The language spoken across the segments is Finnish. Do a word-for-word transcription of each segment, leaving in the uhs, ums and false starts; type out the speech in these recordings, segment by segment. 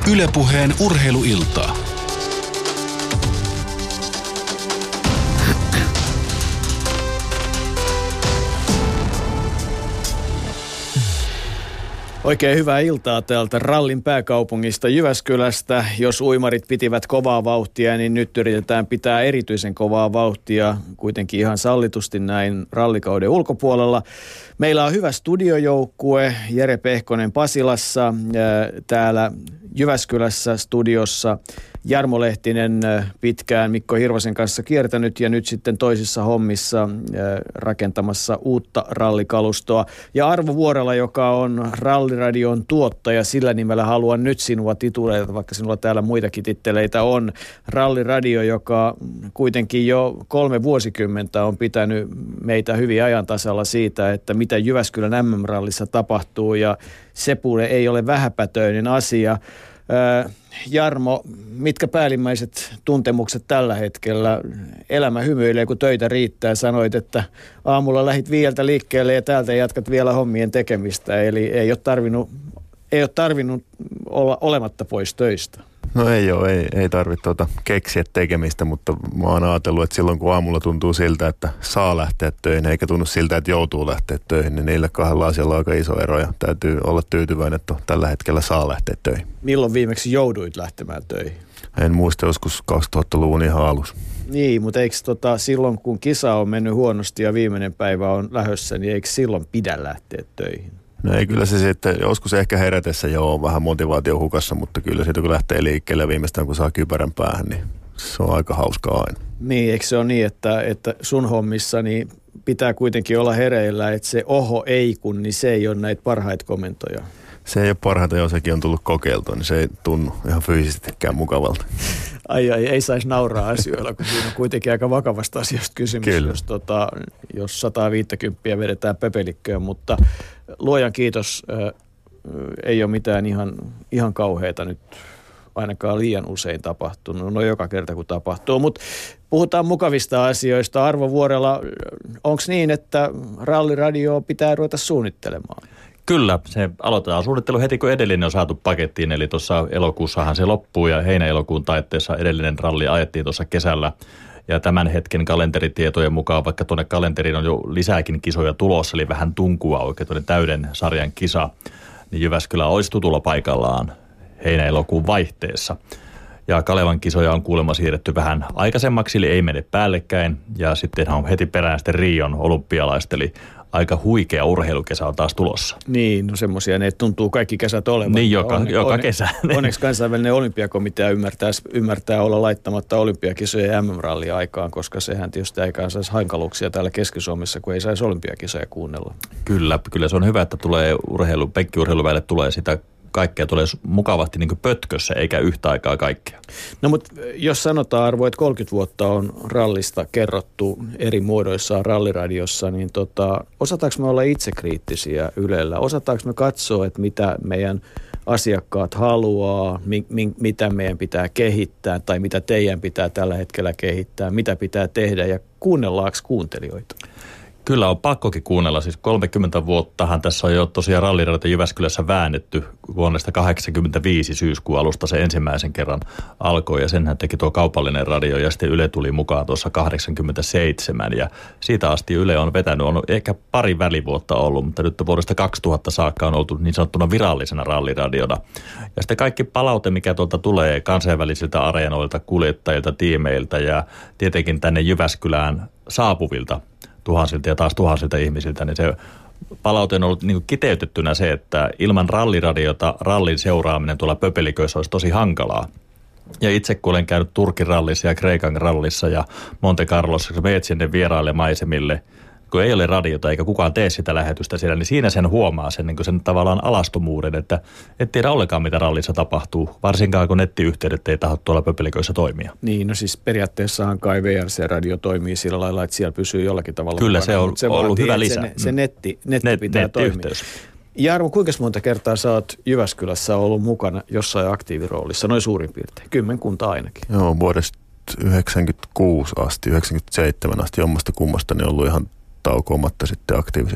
Yle Puheen urheiluiltaa. Oikein hyvää iltaa täältä rallin pääkaupungista Jyväskylästä. Jos uimarit pitivät kovaa vauhtia, niin nyt yritetään pitää erityisen kovaa vauhtia, kuitenkin ihan sallitusti näin rallikauden ulkopuolella. Meillä on hyvä studiojoukkue, Jere Pehkonen Pasilassa, täällä Jyväskylässä studiossa Jarmo Lehtinen pitkään Mikko Hirvosen kanssa kiertänyt ja nyt sitten toisissa hommissa rakentamassa uutta rallikalustoa. Ja Arvo Vuorela, joka on Ralliradion tuottaja, sillä nimellä haluan nyt sinua tituleita, vaikka sinulla täällä muitakin titteleitä on. Ralliradio, joka kuitenkin jo kolme vuosikymmentä on pitänyt meitä hyvin ajan tasalla siitä, että mitä Jyväskylän M M-rallissa tapahtuu, ja se puole ei ole vähäpätöinen asia. Jarmo, mitkä päällimmäiset tuntemukset tällä hetkellä? Elämä hymyilee, kun töitä riittää. Sanoit, että aamulla lähdit viieltä liikkeelle ja täältä jatkat vielä hommien tekemistä. Eli ei ole tarvinnut, ei ole tarvinnut olla olematta pois töistä. No ei ole, ei, ei tarvitse tuota keksiä tekemistä, mutta mä oon ajatellut, että silloin kun aamulla tuntuu siltä, että saa lähteä töihin, eikä tunnu siltä, että joutuu lähteä töihin, niin niille kahdella asialla on aika iso ero ja täytyy olla tyytyväinen, että tällä hetkellä saa lähteä töihin. Milloin viimeksi jouduit lähtemään töihin? En muista, joskus kaksituhattaluvun ihan alussa. Niin, mutta eikö tota, silloin kun kisa on mennyt huonosti ja viimeinen päivä on lähdössä, niin eikö silloin pidä lähteä töihin? No ei, kyllä se sitten, joskus ehkä herätessä jo on vähän motivaatio hukassa, mutta kyllä siitä kun lähtee liikkeelle viimeistään kun saa kypärän päähän, niin se on aika hauskaa aina. Niin, eikö se ole niin, että, että sun hommissa niin pitää kuitenkin olla hereillä, että se oho ei kun, niin se ei ole näitä parhaita komentoja? Se ei ole parhaita, jos sekin on tullut kokeiltua, niin se ei tunnu ihan fyysisestikään mukavalta. Ai ai, ei saisi nauraa asioilla, kun siinä on kuitenkin aika vakavasta asiasta kysymys, Kyllä. jos, tota, jos sata viisikymmentä vedetään pöpelikköön, mutta luojan kiitos, äh, ei ole mitään ihan, ihan kauheata nyt ainakaan liian usein tapahtunut, no joka kerta kun tapahtuu, mutta puhutaan mukavista asioista. Arvo Vuorela, onko niin, että Ralliradioa pitää ruveta suunnittelemaan? Kyllä, se aloitetaan suunnittelu heti, kun edellinen on saatu pakettiin, eli tuossa elokuussahan se loppuu ja heinä-elokuun taitteessa edellinen ralli ajettiin tuossa kesällä. Ja tämän hetken kalenteritietojen mukaan, vaikka tuonne kalenteriin on jo lisääkin kisoja tulossa, eli vähän tunkua oikein tuonne täyden sarjan kisa, niin Jyväskylä olisi tutulla paikallaan heinä-elokuun vaihteessa. Ja Kalevan kisoja on kuulemma siirretty vähän aikaisemmaksi, eli ei mene päällekkäin. Ja sitten on heti perään sitten Rion olympialaiset, eli aika huikea urheilukesä on taas tulossa. Niin, no semmoisia ne tuntuu kaikki kesät olevan. Niin, joka, on, joka on, kesä. Onneksi kansainvälinen olympiakomitea ymmärtää, ymmärtää olla laittamatta olympiakisoja ja M M-rallia aikaan, koska sehän tietysti aikaan saisi hankaluuksia täällä Keski-Suomessa, kun ei saisi olympiakisoja kuunnella. Kyllä, kyllä se on hyvä, että tulee urheilu, penkkiurheiluväelle tulee sitä kaikkea tulee mukavasti niin kuin pötkössä, eikä yhtä aikaa kaikkea. No mutta jos sanotaan, Arvo, että kolmekymmentä vuotta on rallista kerrottu eri muodoissaan Ralliradiossa, niin tota, osataanko me olla itsekriittisiä Ylellä? Osataanko me katsoa, että mitä meidän asiakkaat haluaa, mi- mi- mitä meidän pitää kehittää tai mitä teidän pitää tällä hetkellä kehittää, mitä pitää tehdä ja kuunnellaanko kuuntelijoita? Kyllä on pakkokin kuunnella. Siis kolmekymmentä vuottahan tässä on jo tosiaan Ralliradio Jyväskylässä väännetty. Vuonnesta kahdeksankymmentäviisi syyskuun alusta se ensimmäisen kerran alkoi ja senhän teki tuo kaupallinen radio ja sitten Yle tuli mukaan tuossa kahdeksankymmentäseitsemän ja siitä asti Yle on vetänyt, on ehkä pari välivuotta ollut, mutta nyt vuodesta kaksituhatta saakka on oltu niin sanottuna virallisena ralliradiona. Ja sitten kaikki palaute, mikä tuolta tulee kansainvälisiltä areenoilta, kuljettajilta, tiimeiltä ja tietenkin tänne Jyväskylään saapuvilta tuhansilta ja taas tuhansilta ihmisiltä, niin se palaute on ollut niin kuin kiteytettynä se, että ilman ralliradiota rallin seuraaminen tuolla pöpeliköissä olisi tosi hankalaa. Ja itse kun olen käynyt Turkin rallissa ja Kreikan rallissa ja Monte Carlossa, kun menet sinne vieraille maisemille, kun ei ole radiota eikä kukaan tee sitä lähetystä siellä, niin siinä sen huomaa sen, niin kuin sen tavallaan alastomuuden, että et tiedä ollenkaan, mitä rallissa tapahtuu, varsinkaan kun nettiyhteydet ei tahdo tuolla pöpeliköissä toimia. Niin, no siis periaatteessahan kai V R C-radio toimii sillä lailla, että siellä pysyy jollakin tavalla. Kyllä mukana, se on se ollut vaatii, hyvä lisä. Se, se netti, netti Net, pitää nettiyhteys. toimia. Jarmo, kuinka monta kertaa sä oot Jyväskylässä ollut mukana jossain aktiiviroolissa, noin suurin piirtein, kymmenkunta ainakin? Joo, vuodesta yhdeksänkymmentäkuusi asti, yhdeksänkymmentäseitsemän asti jommasta kummasta niin on ollut ihan taukoamatta sitten aktiivisesti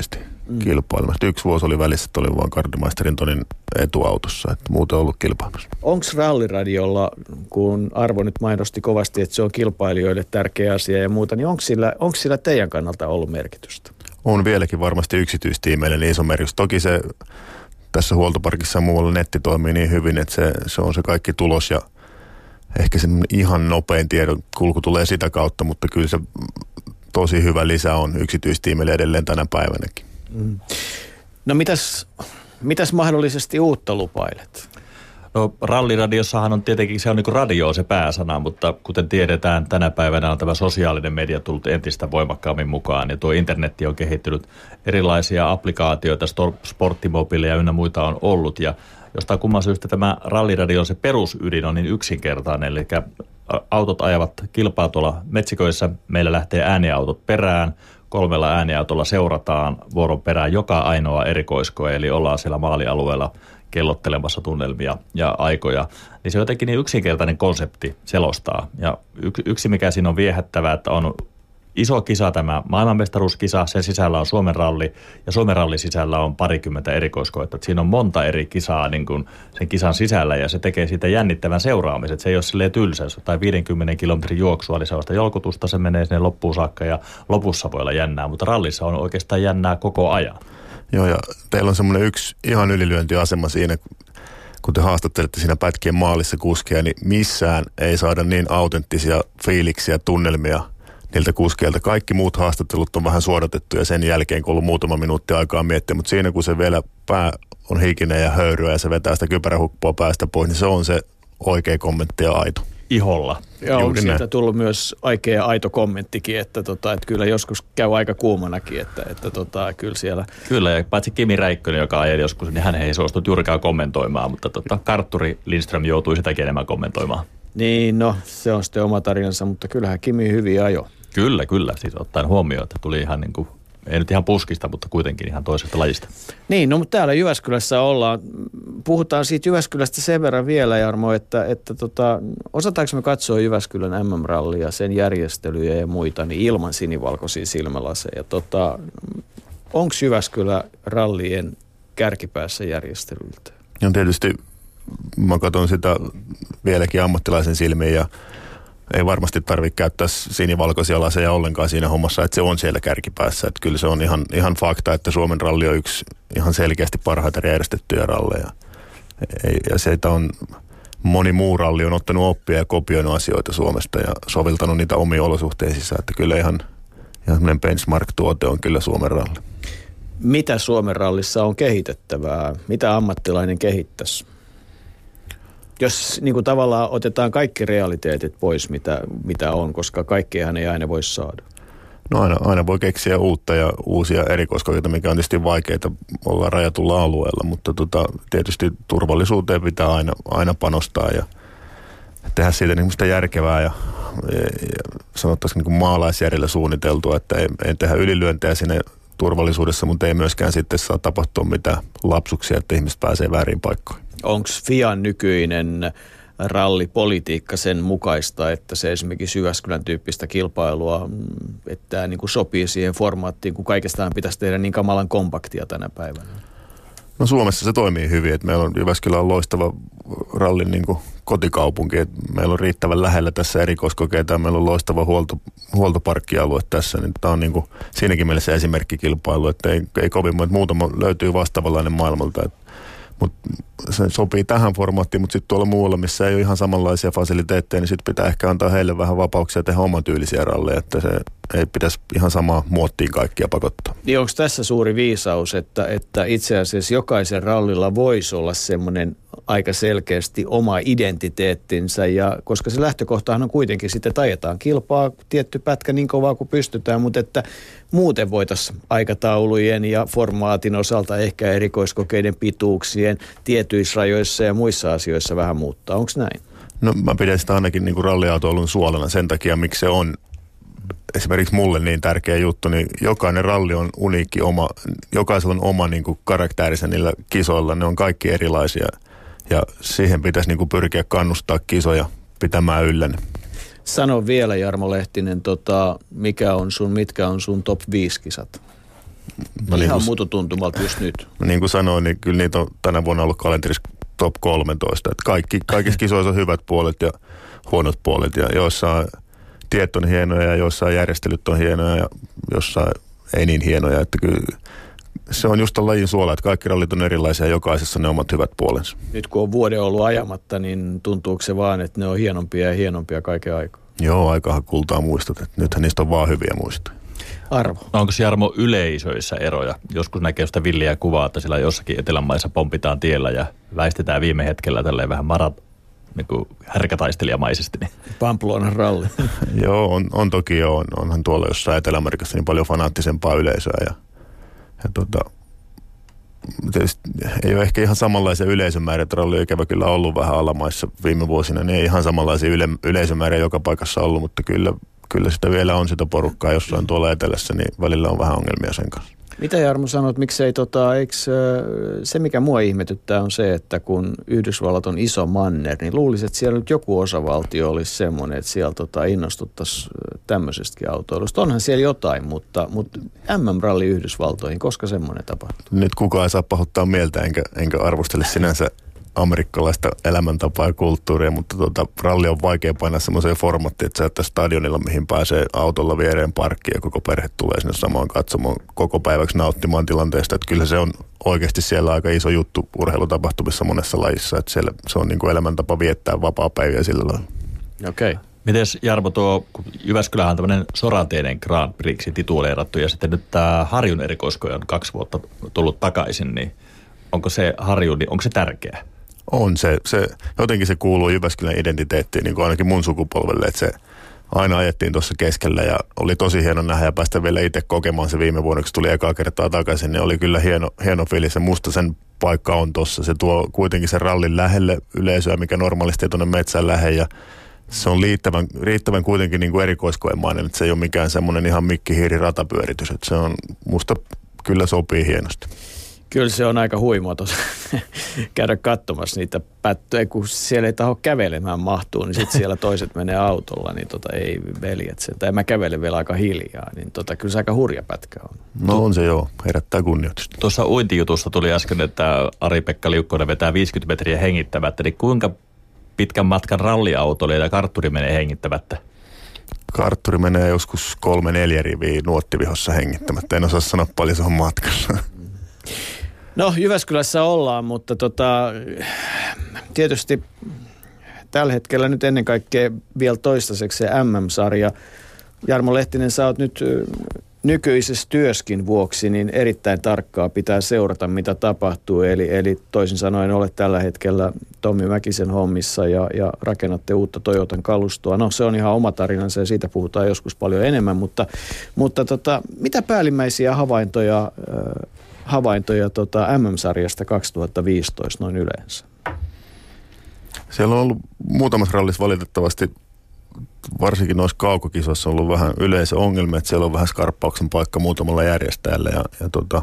mm. kilpailemassa. Yksi vuosi oli välissä, että oli vain Gardemeisterin Tonin etuautossa, että muuten on ollut kilpailemassa. Onko ralliradiolla, kun Arvo nyt mainosti kovasti, että se on kilpailijoille tärkeä asia ja muuta, niin onko sillä, onko sillä teidän kannalta ollut merkitystä? On vieläkin varmasti yksityistiimeille niin iso merkitys. Toki se tässä huoltoparkissa ja muualla netti toimii niin hyvin, että se, se on se kaikki tulos ja ehkä se ihan nopein tiedon kulku tulee sitä kautta, mutta kyllä se tosi hyvä lisä on yksityistiimille edelleen tänä päivänäkin. Mm. No mitäs, mitäs mahdollisesti uutta lupailet? No ralliradiossahan on tietenkin, se on niin kuin radio se pääsana, mutta kuten tiedetään, tänä päivänä on tämä sosiaalinen media tullut entistä voimakkaammin mukaan. Ja tuo internetti on kehittynyt, erilaisia applikaatioita, sporttimobiileja ynnä muita on ollut. Ja jostain kumman syystä tämä ralliradion se perusydin on niin yksinkertainen, eli autot ajavat kilpaa tuolla metsiköissä, meillä lähtee ääniautot perään, kolmella ääniautolla seurataan vuoron perään joka ainoa erikoiskoe, eli ollaan siellä maalialueella kellottelemassa tunnelmia ja aikoja, niin se on jotenkin niin yksinkertainen konsepti selostaa. Ja yksi, yksi mikä siinä on viehättävää, että on iso kisa tämä maailmanmestaruuskisa, sen sisällä on Suomen ralli ja Suomen rallin sisällä on parikymmentä erikoiskoetta. Siinä on monta eri kisaa niin kuin sen kisan sisällä ja se tekee siitä jännittävän seuraamisen. Se ei ole silleen tylsä, tai viidenkymmenen kilometrin juoksua, eli sellaista jolkutusta, se menee sinne loppuun saakka ja lopussa voi olla jännää, mutta rallissa on oikeastaan jännää koko ajan. Joo, ja teillä on semmoinen yksi ihan ylilyöntiasema siinä, kun te haastattelette siinä pätkien maalissa kuskia, niin missään ei saada niin autenttisia fiiliksiä, tunnelmia niiltä kuskeilta. Kaikki muut haastattelut on vähän suodatettu ja sen jälkeen, kun on ollut muutama minuutti aikaa miettiä, mutta siinä kun se vielä pää on hikinen ja höyryä ja se vetää sitä kypärähuppua päästä pois, niin se on se oikea kommentti ja aito. Iholla. Ja on siitä tullut myös oikea aito kommenttikin, että, tota, että kyllä joskus käy aika kuumanakin, että, että tota, kyllä siellä... Kyllä, ja paitsi Kimi Räikkönen, joka ajeli joskus, niin hän ei suostunut juurikaan kommentoimaan, mutta tota, Kartturi Lindström joutui sitäkin enemmän kommentoimaan. Niin, no se on sitten oma tarinansa, mutta kyllähän Kimi hyvin ajo. Kyllä, kyllä, siis ottaen huomioon, että tuli ihan niin kuin, ei nyt ihan puskista, mutta kuitenkin ihan toisesta lajista. Niin, no mutta täällä Jyväskylässä ollaan. Puhutaan siitä Jyväskylästä sen verran vielä, Jarmo, että, että tota, osataanko me katsoa Jyväskylän M M-rallia, sen järjestelyjä ja muita, niin ilman sinivalkoisia silmälaseja. Tota, onko Jyväskylä rallien kärkipäässä järjestelyiltä? No tietysti mä katson sitä vieläkin ammattilaisen silmiin ja ei varmasti tarvitse käyttää sinivalkoisia laseja ollenkaan siinä hommassa, että se on siellä kärkipäässä. Että kyllä se on ihan, ihan fakta, että Suomen ralli on yksi ihan selkeästi parhaita järjestettyjä ralleja. Ja se, että on moni muu ralli on ottanut oppia ja kopioinut asioita Suomesta ja soveltanut niitä omiin olosuhteisiinsa. Että kyllä ihan, ihan sellainen benchmark-tuote on kyllä Suomen ralli. Mitä Suomen rallissa on kehitettävää? Mitä ammattilainen kehittäisi? Jos niin kuin tavallaan otetaan kaikki realiteetit pois, mitä, mitä on, koska kaikkeahan ei aina voi saada. No aina, aina voi keksiä uutta ja uusia erikoiskokeita, mikä on tietysti vaikeita olla rajatulla alueella, mutta tota, tietysti turvallisuuteen pitää aina, aina panostaa ja tehdä siitä niin sitä järkevää ja, ja, ja sanottaisiin niin kuin maalaisjärjellä suunniteltua, että ei, ei tehdä ylilyöntejä sinne turvallisuudessa, mutta ei myöskään sitten saa tapahtua mitään lapsuksia, että ihmiset pääsee väärin paikkoihin. Onko F I A:n nykyinen rallipolitiikka sen mukaista, että se esimerkiksi Jyväskylän tyyppistä kilpailua, että tämä niin kuin sopii siihen formaattiin, kun kaikestaan pitäisi tehdä niin kamalan kompaktia tänä päivänä? No Suomessa se toimii hyvin, että meillä on Jyväskylä on loistava rallin niin kuin kotikaupunki, että meillä on riittävän lähellä tässä erikoiskokeita ja meillä on loistava huolto, huoltoparkkialue tässä, niin tämä on niin kuin siinäkin mielessä esimerkkikilpailu, että ei, ei kovin, että muutama löytyy vastaavanlainen maailmalta, että mutta se sopii tähän formaattiin, mutta sitten tuolla muualla, missä ei ole ihan samanlaisia fasiliteetteja, niin sitten pitää ehkä antaa heille vähän vapauksia tehdä oman tyylisiä ralleja, että se ei pitäisi ihan samaa muottiin kaikkia pakottaa. Niin onko tässä suuri viisaus, että, että itse asiassa jokaisen rallilla voisi olla semmoinen aika selkeästi oma identiteettinsä, ja koska se lähtökohtahan on kuitenkin sitten, että ajetaan kilpaa tietty pätkä niin kovaa kuin pystytään, mutta että muuten voitaisiin aikataulujen ja formaatin osalta ehkä erikoiskokeiden pituuksien tietyissä rajoissa ja muissa asioissa vähän muuttaa. Onko näin? No mä pidän sitä ainakin niin kuin ralliautoilun suolana sen takia, miksi se on esimerkiksi mulle niin tärkeä juttu, niin jokainen ralli on uniikki oma, jokaisella on oma niin kuin karakterisen niillä kisoilla, ne on kaikki erilaisia ja siihen pitäisi niin kuin pyrkiä kannustaa kisoja pitämään yllä. Sano vielä, Jarmo Lehtinen, tota, mikä on sun, mitkä on sun top viisi kisat? No, ihan niin mututuntumalta just nyt. Niin kuin sanoin, niin kyllä niitä on tänä vuonna ollut kalenterissa top kolmetoista. Että kaikki, kaikissa kisoissa on hyvät puolet ja huonot puolet. Ja joissain tiet on hienoja ja joissain järjestelyt on hienoja ja jossain ei niin hienoja. Että kyllä se on just ton lajin suola, että kaikki rallit on erilaisia ja jokaisessa ne omat hyvät puolensa. Nyt kun on vuoden ollut ajamatta, niin tuntuuko se vaan, että ne on hienompia ja hienompia kaiken aikaa? Joo, aikahan kultaa muistot. Että nythän niistä on vaan hyviä muistoja. Arvo. No onko Jarmo yleisöissä eroja? Joskus näkee sitä villiä kuvaa, että siellä jossakin etelämaissa pompitaan tiellä ja väistetään viime hetkellä tälleen vähän marat, niin kuin härkätaistelijamaisesti. Niin. Pamplonan ralli. Joo, on, on toki joo. On, onhan tuolla jossain Etelä-Amerikassa niin paljon fanaattisempaa yleisöä ja, ja tota, tietysti ei ole ehkä ihan samanlaisia yleisömääriä. Ralli on ikävä kyllä ollut vähän alamaissa viime vuosina, niin ei ihan samanlaisia yle, yleisömääriä joka paikassa ollut, mutta kyllä Kyllä sitä vielä on sitä porukkaa jossain tuolla etelässä, niin välillä on vähän ongelmia sen kanssa. Mitä Jarmo sanot, miksei tota, eikö se mikä mua ihmetyttää on se, että kun Yhdysvallat on iso manner, niin luulisin, että siellä nyt joku osavaltio olisi semmoinen, että siellä tota, innostuttaisiin tämmöisestäkin autoilusta. Onhan siellä jotain, mutta, mutta M M-ralli Yhdysvaltoihin, koska semmoinen tapahtuu? Nyt kukaan ei saa pahoittaa mieltä, enkä, enkä arvostele sinänsä amerikkalaista elämäntapaa ja kulttuuria, mutta tuota, ralli on vaikea painaa semmoiseen formattiin, että sä että stadionilla, mihin pääsee autolla viereen parkkiin ja koko perhe tulee sinne samaan katsomaan koko päiväksi nauttimaan tilanteesta. Että kyllä se on oikeasti siellä aika iso juttu urheilutapahtumissa monessa lajissa, että siellä se on niin kuin elämäntapa viettää vapaa-päiviä sillä lailla. Okei. Okay. Mites Jarmo tuo, kun Jyväskylähän on tämmöinen sorateiden Grand Prixi tituleerattu ja sitten nyt tämä Harjun erikoiskoe on kaksi vuotta tullut takaisin, niin onko se Harju, niin onko se tärkeä? On se, se, jotenkin se kuuluu Jyväskylän identiteettiin, niin kuin ainakin mun sukupolvelle, että se aina ajettiin tuossa keskellä ja oli tosi hieno nähdä ja päästä vielä itse kokemaan se viime vuonna, kun se tuli ekaa kertaa takaisin, niin oli kyllä hieno, hieno fiilis ja musta sen paikka on tossa. Se tuo kuitenkin sen rallin lähelle yleisöä, mikä normaalisti ei tuonne metsän lähe ja se on riittävän, riittävän kuitenkin niin kuin erikoiskoemainen, että se ei ole mikään semmoinen ihan mikkihiiri ratapyöritys, että se on musta kyllä sopii hienosti. Kyllä se on aika huimoa tuossa käydä katsomassa niitä pättöjä, kun siellä ei taho kävelemään mahtuu, niin sitten siellä toiset menee autolla, niin tota ei veljet sen. Tai mä kävelen vielä aika hiljaa, niin tota, kyllä se aika hurja pätkä on. No on se joo, herättää kunnioitusta. Tuossa uintijutusta tuli äsken, että Ari-Pekka Liukkonen vetää viisikymmentä metriä hengittämättä, niin kuinka pitkän matkan ralliautolle ja kartturi menee hengittämättä? Kartturi menee joskus kolme neljä riviä nuottivihossa hengittämättä, en osaa sanoa paljon se on matkassa. No Jyväskylässä ollaan, mutta tota, tietysti tällä hetkellä nyt ennen kaikkea vielä toistaiseksi se M M-sarja. Jarmo Lehtinen, sä oot nyt nykyisessä työskin vuoksi niin erittäin tarkkaa pitää seurata, mitä tapahtuu. Eli, eli toisin sanoen olet tällä hetkellä Tommi Mäkisen hommissa ja, ja rakennatte uutta Toyotan kalustoa. No se on ihan oma tarinansa ja siitä puhutaan joskus paljon enemmän, mutta, mutta tota, mitä päällimmäisiä havaintoja... havaintoja tota M M-sarjasta kaksituhattaviisitoista noin yleensä? Siellä on ollut muutamassa rallissa valitettavasti, varsinkin noissa kaukokisoissa on ollut vähän yleisöongelmia, että siellä on vähän skarppauksen paikka muutamalla järjestäjällä. Ja, ja tota,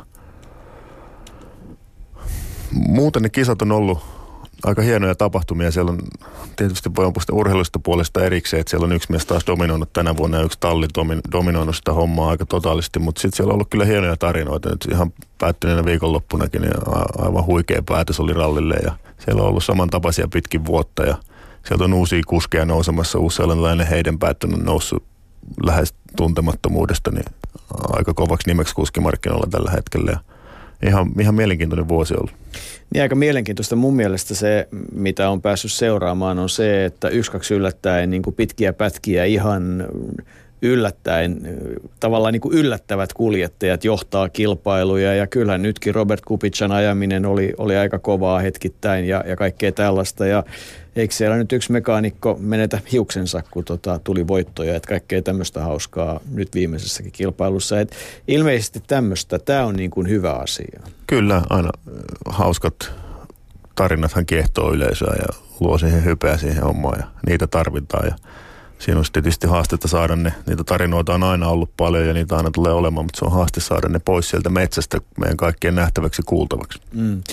muuten ne kisat on ollut aika hienoja tapahtumia. Siellä on tietysti voi puhua urheilusta puolesta erikseen, että siellä on yksi mies taas dominoinut tänä vuonna ja yksi talli dominoinut sitä hommaa aika totaalisesti, mutta sitten siellä on ollut kyllä hienoja tarinoita. Nyt ihan päättyneenä viikonloppunakin niin aivan huikea päätös oli rallille ja siellä on ollut samantapaisia pitkin vuotta ja sieltä on uusia kuskeja nousemassa. Uusi-seelantilainen Heiden päättynyt noussut lähes tuntemattomuudesta niin aika kovaksi nimeksi kuskimarkkinoilla tällä hetkellä ja Ihan, ihan mielenkiintoinen vuosi ollut. Niin aika mielenkiintoista mun mielestä se, mitä on päässyt seuraamaan, on se, että yksi, kaksi yllättäen niin kuin pitkiä pätkiä ihan yllättäen, tavallaan niin kuin yllättävät kuljettajat johtaa kilpailuja. Ja kyllähän nytkin Robert Kubican ajaminen oli, oli aika kovaa hetkittäin ja, ja kaikkea tällaista. Ja eikö siellä nyt yksi mekaanikko menetä hiuksensa, kun tota, tuli voittoja, että kaikkea tämmöistä hauskaa nyt viimeisessäkin kilpailussa. Et ilmeisesti tämmöistä, tämä on niin kuin hyvä asia. Kyllä, aina hauskat tarinathan kiehtoo yleisöä ja luo siihen hypeä siihen hommaan ja niitä tarvitaan. Ja siinä on tietysti haastetta saada ne, niitä tarinoita on aina ollut paljon ja niitä aina tulee olemaan, mutta se on haaste saada ne pois sieltä metsästä meidän kaikkien nähtäväksi kuultavaksi. Mm.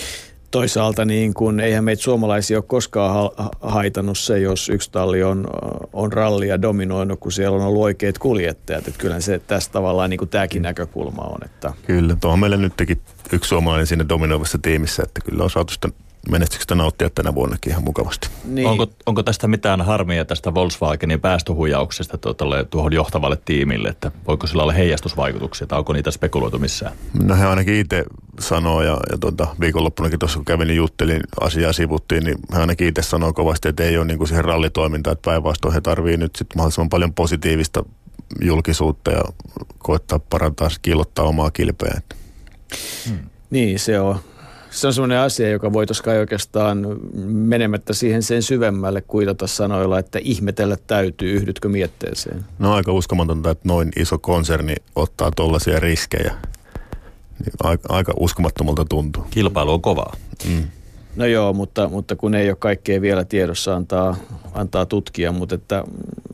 Toisaalta niin kun, eihän meitä suomalaisia ole koskaan ha- haitannut se, jos yksi talli on, on rallia dominoinut, kun siellä on ollut oikeat kuljettajat. Että kyllähän se tässä tavallaan niin kuin tämäkin näkökulma on. Että. Kyllä, tuohon meillä nyt teki yksi suomalainen siinä dominoivassa tiimissä, että kyllä on saatu sitä menestyksestä nauttia tänä vuonnakin ihan mukavasti. Niin. Onko, onko tästä mitään harmia tästä Volkswagenin päästöhuijauksesta tuohon johtavalle tiimille, että voiko sillä olla heijastusvaikutuksia, tai onko niitä spekuloitu missään? No he ainakin itse sanoo, ja, ja tuota, viikonloppunakin tuossa kun kävin, niin juttelin, asiaa sivuttiin, niin he ainakin itse sanoo kovasti, että ei ole niin kuin siihen rallitoimintaan, että päinvastoin he tarvii nyt sitten mahdollisimman paljon positiivista julkisuutta ja koettaa parantaa, kiillottaa omaa kilpeä. Hmm. Niin, se on. Se on semmoinen asia, joka voitaisiin kai oikeastaan menemättä siihen sen syvemmälle kuitata sanoilla, että ihmetellä täytyy, yhdytkö mietteeseen? No aika uskomatonta, että noin iso konserni ottaa tollaisia riskejä. Niin aika, aika uskomattomalta tuntuu. Kilpailu on kovaa. Mm. No joo, mutta, mutta kun ei ole kaikkea vielä tiedossa antaa, antaa tutkia, mutta että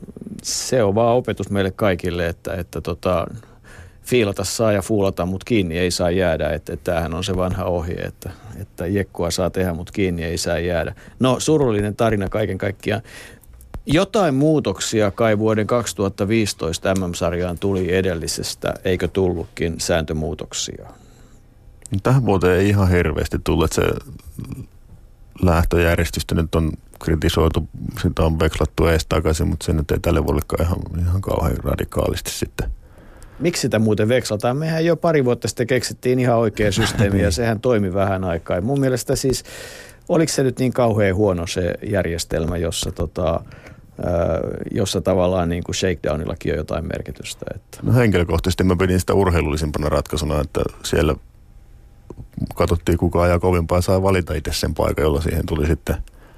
se on vaan opetus meille kaikille, että, että tota, fiilata saa ja fuulata, mutta kiinni ei saa jäädä. Että, että tämähän on se vanha ohje, että, että jekkua saa tehdä, mutta kiinni ei saa jäädä. No surullinen tarina kaiken kaikkiaan. Jotain muutoksia kai vuoden kaksituhattaviisitoista M M-sarjaan tuli edellisestä, eikö tullutkin sääntömuutoksia? Tähän vuoteen ei ihan hirveästi tullut, että se lähtöjärjestystä nyt on kritisoitu, sitä on vekslattu ees takaisin, mutta se nyt ei tälle vuodellekaan ihan, ihan kauhean radikaalisti sitten. Miksi sitä muuten vekslataan? Mehän jo pari vuotta sitten keksittiin ihan oikea systeemi ja sehän toimi vähän aikaa. Mun mielestä siis, oliko se nyt niin kauhean huono se järjestelmä, jossa, tota, jossa tavallaan niin kuin shakedownillakin on jotain merkitystä? Että. No henkilökohtaisesti mä pidin sitä urheilullisimpana ratkaisuna, että siellä katsottiin kuka ajaa kovimpaa ja saa valita itse sen paikan, jolla siihen tuli sitten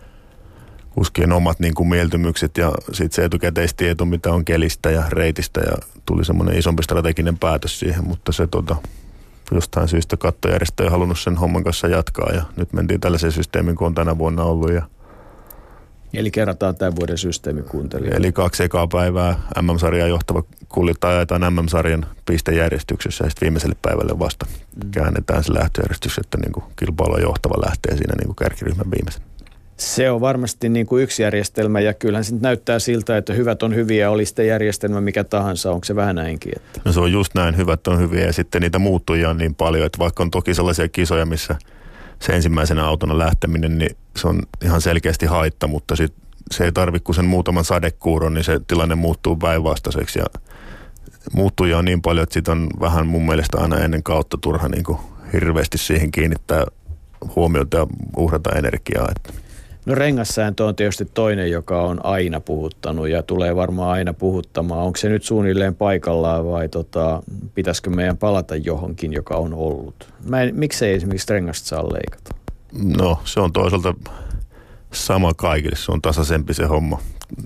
kuskien omat niin kuin mieltymykset ja sitten se etukäteistieto, mitä on kelistä ja reitistä ja tuli semmoinen isompi strateginen päätös siihen, mutta se tota, jostain syystä kattojärjestö ei halunnut sen homman kanssa jatkaa ja nyt mentiin tällaisen systeemin, kun on tänä vuonna ollut. Ja Eli kerrataan tämän vuoden systeemi kuuntelijoille. Eli kaksi ekaa päivää M M-sarjaa johtava kuljettaja ajetaan M M-sarjan pistejärjestyksessä ja sitten viimeiselle päivälle vasta mm. käännetään se lähtöjärjestys, että niin kuin kilpailua johtava lähtee siinä niin kuin kärkiryhmän viimeisen. Se on varmasti niin kuin yksi järjestelmä ja kyllähän se näyttää siltä, että hyvät on hyviä, oli sitten järjestelmä mikä tahansa, onko se vähän näinkin? Että? No se on just näin, hyvät on hyviä ja sitten niitä muuttujia on niin paljon, että vaikka on toki sellaisia kisoja, missä se ensimmäisenä autona lähteminen, niin se on ihan selkeästi haitta, mutta sit se ei tarvitse kuin sen muutaman sadekuuron, niin se tilanne muuttuu päinvastaiseksi ja muuttujia on niin paljon, että sit on vähän mun mielestä aina ennen kautta turha niin kuin hirveästi siihen kiinnittää huomiota ja uhrata energiaa, että. No rengassääntö on tietysti toinen, joka on aina puhuttanut ja tulee varmaan aina puhuttamaan. Onko se nyt suunnilleen paikallaan vai tota, pitäisikö meidän palata johonkin, joka on ollut? Mä en, miksei esimerkiksi rengasta saa leikata? No se on toisaalta sama kaikille, se on tasaisempi se homma.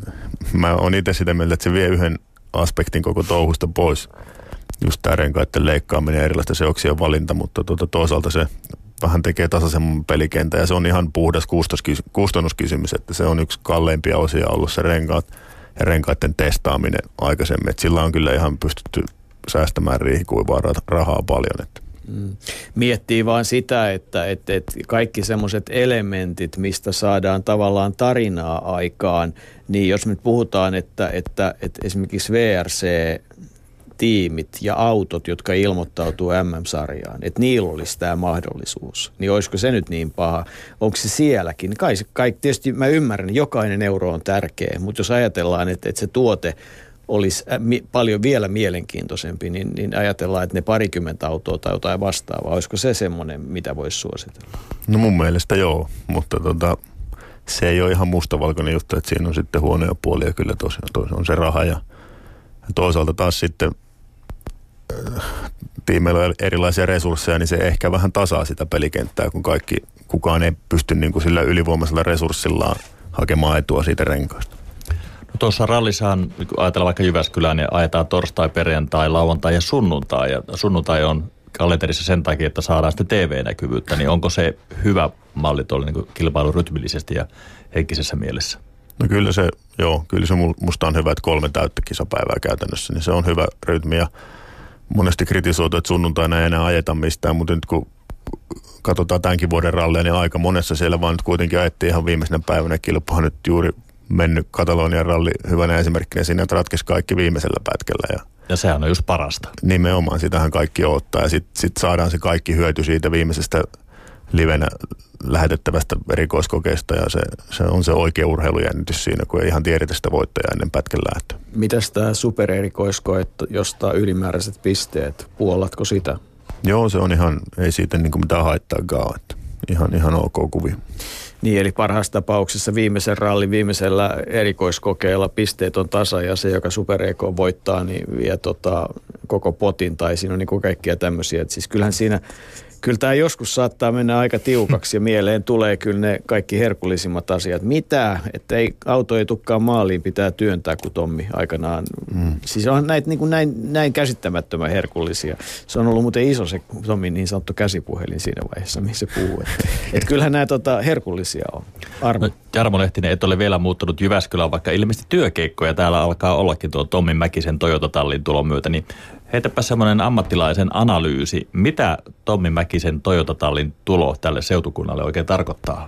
Mä oon itse sitä mieltä, että se vie yhden aspektin koko touhusta pois. Just tämä renkaiden leikkaaminen ja erilaisten seoksien valinta, mutta tuota, toisaalta se vähän tekee tasaisemman pelikentän ja se on ihan puhdas kustannuskysymys, että se on yksi kalleimpia osia ollut se renkaat ja renkaiden testaaminen aikaisemmin, että sillä on kyllä ihan pystytty säästämään riihikuivaa rahaa paljon. Että. Mm. Miettii vaan sitä, että, että, että kaikki semmoiset elementit, mistä saadaan tavallaan tarinaa aikaan, niin jos nyt puhutaan, että, että, että esimerkiksi V R C-tiimit ja autot, jotka ilmoittautuu M M-sarjaan, että niillä olisi tämä mahdollisuus, niin olisiko se nyt niin paha? Onko se sielläkin? Kai, kai tietysti mä ymmärrän, että jokainen euro on tärkeä, mutta jos ajatellaan, että, että se tuote olisi paljon vielä mielenkiintoisempi, niin, niin ajatellaan, että ne parikymmentä autoa tai jotain vastaavaa, olisiko se semmoinen, mitä voisi suositella? No mun mielestä joo, mutta tota, se ei ole ihan mustavalkoinen juttu, että siinä on sitten huonoja puolia kyllä tosiaan, tosiaan on se raha ja toisaalta taas sitten äh, tiimeillä on erilaisia resursseja, niin se ehkä vähän tasaa sitä pelikenttää, kun kaikki, kukaan ei pysty niin kuin sillä ylivoimaisella resurssillaan hakemaan etua siitä renkaasta. No tuossa rallissahan, kun ajatellaan vaikka Jyväskylään, niin ajetaan torstai, perjantai, lauantai ja sunnuntai. Ja sunnuntai on kalenterissa sen takia, että saadaan sitä T V-näkyvyyttä. Niin onko se hyvä malli tuolla niin kilpailurytmillisesti ja henkisessä mielessä? No kyllä se, joo, kyllä se musta on hyvä, että kolme täyttä kisapäivää käytännössä, niin se on hyvä rytmi ja monesti kritisoitu, että sunnuntaina ei enää ajeta mistään, mutta nyt kun katsotaan tämänkin vuoden rallia, niin aika monessa siellä vaan nyt kuitenkin ajettiin ihan viimeisenä päivänä kilpaa nyt juuri mennyt Katalonian ralli hyvänä esimerkkinä siinä, että ratkesi kaikki viimeisellä pätkällä. Ja, ja sehän on just parasta. Nimenomaan, sitähän kaikki odottaa ja sitten sit saadaan se kaikki hyöty siitä viimeisestä livenä lähetettävästä erikoiskokeesta ja se, se on se oikea urheilujännitys siinä, kun ei ihan tiedetä sitä voittajaa ennen pätkän lähtöä. Mitäs tämä supererikoiskoe, josta ylimääräiset pisteet, puolatko sitä? Joo, se on ihan, ei siitä niin kuin mitään haittaakaan, että ihan, ihan ok kuvia. Niin, eli parhaassa tapauksessa viimeisen rallin viimeisellä erikoiskokeella pisteet on tasa ja se, joka Super E K voittaa, niin vie tota, koko potin tai siinä on niin kuin kaikkia tämmöisiä. Et siis kyllähän siinä, kyllä tämä joskus saattaa mennä aika tiukaksi ja mieleen tulee kyllä ne kaikki herkullisimmat asiat. Mitä? Että ei, auto ei tukkaan maaliin, pitää työntää, kun Tommi aikanaan. Mm. Siis on näitä niin kuin näin, näin käsittämättömän herkullisia. Se on ollut muuten iso se Tommin niin sanottu käsipuhelin siinä vaiheessa, missä se puhuu. Että et kyllähän nämä tota, herkullisia on. Armo. No, Jarmo Lehtinen, et ole vielä muuttunut Jyväskylään, vaikka ilmeisesti työkeikkoja täällä alkaa ollakin tuo Tommi Mäkisen Toyota-tallin tulon myötä, niin heitäpä semmoinen ammattilaisen analyysi. Mitä Tommi Mäkisen Toyota-tallin tulo tälle seutukunnalle oikein tarkoittaa?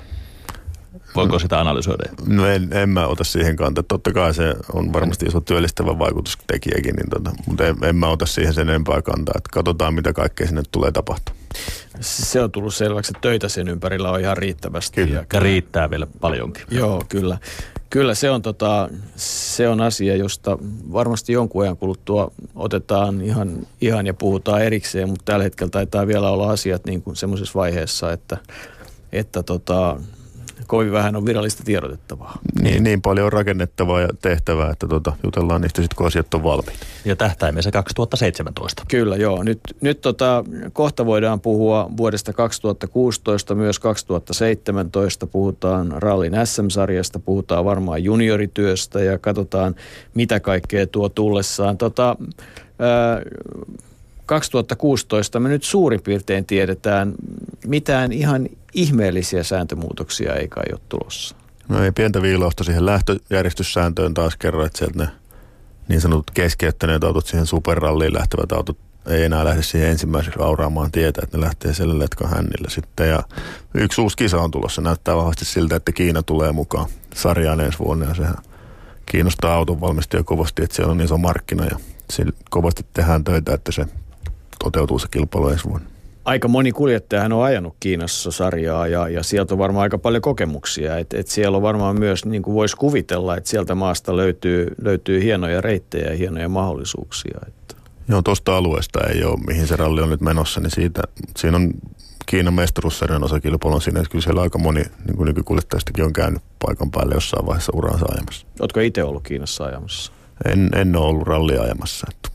Voiko sitä analysoida? No en, en mä ota siihen kantaa. Totta kai se on varmasti iso työllistävä vaikutustekijäkin, niin tota, mutta en, en mä ota siihen sen enempää kantaa. Että katsotaan, mitä kaikkea sinne tulee tapahtumaan. Se on tullut selväksi, että töitä sen ympärillä on ihan riittävästi. Kyllä. Ja ja riittää vielä paljonkin. Joo, kyllä. Kyllä se on, tota, se on asia, josta varmasti jonkun ajan kuluttua otetaan ihan, ihan ja puhutaan erikseen, mutta tällä hetkellä taitaa vielä olla asiat niin kuin semmoisessa vaiheessa, että, että tota, kovin vähän on virallista tiedotettavaa. Niin, niin paljon on rakennettavaa ja tehtävää, että tota, jutellaan niistä sitten, kun asiat on valmiit. Ja tähtäimessä kaksituhattaseitsemäntoista. Kyllä, joo. Nyt, nyt tota, kohta voidaan puhua vuodesta kaksituhattakuusitoista, myös kaksituhattaseitsemäntoista. Puhutaan rallin S M-sarjasta, puhutaan varmaan juniorityöstä ja katsotaan, mitä kaikkea tuo tullessaan. Tota, ää, kaksituhattakuusitoista me nyt suurin piirtein tiedetään, mitään ihan ihmeellisiä sääntömuutoksia ei kai ole tulossa. No ei pientä viilausta siihen lähtöjärjestyssääntöön taas kerran, että sieltä ne niin sanotut keskeyttäneet autot siihen superralliin lähtevät autot ei enää lähde siihen ensimmäiseksi auraamaan tietä, että ne lähtee siellä letkan hännillä sitten. Ja yksi uusi kisa on tulossa. Näyttää vahvasti siltä, että Kiina tulee mukaan sarjaan ensi vuonna ja sehän kiinnostaa auton valmistajia kovasti, että siellä on iso markkina ja sillä kovasti tehdään töitä, että se toteutuu se kilpailu ensi vuonna. Aika moni kuljettajahan on ajanut Kiinassa sarjaa ja, ja sieltä on varmaan aika paljon kokemuksia. Et, et siellä on varmaan myös, niin kuin voisi kuvitella, että sieltä maasta löytyy, löytyy hienoja reittejä ja hienoja mahdollisuuksia. Että. Joo, tuosta alueesta ei ole, mihin se ralli on nyt menossa, niin siitä, siinä on Kiinan mestaruussarjan osakilpailu on siinä, että kyllä siellä aika moni niin kuin nykykuljettajistakin on käynyt paikan päälle jossain vaiheessa uraansa ajamassa. Ootko itse ollut Kiinassa ajamassa? En, en ole ollut rallia ajamassa. Että.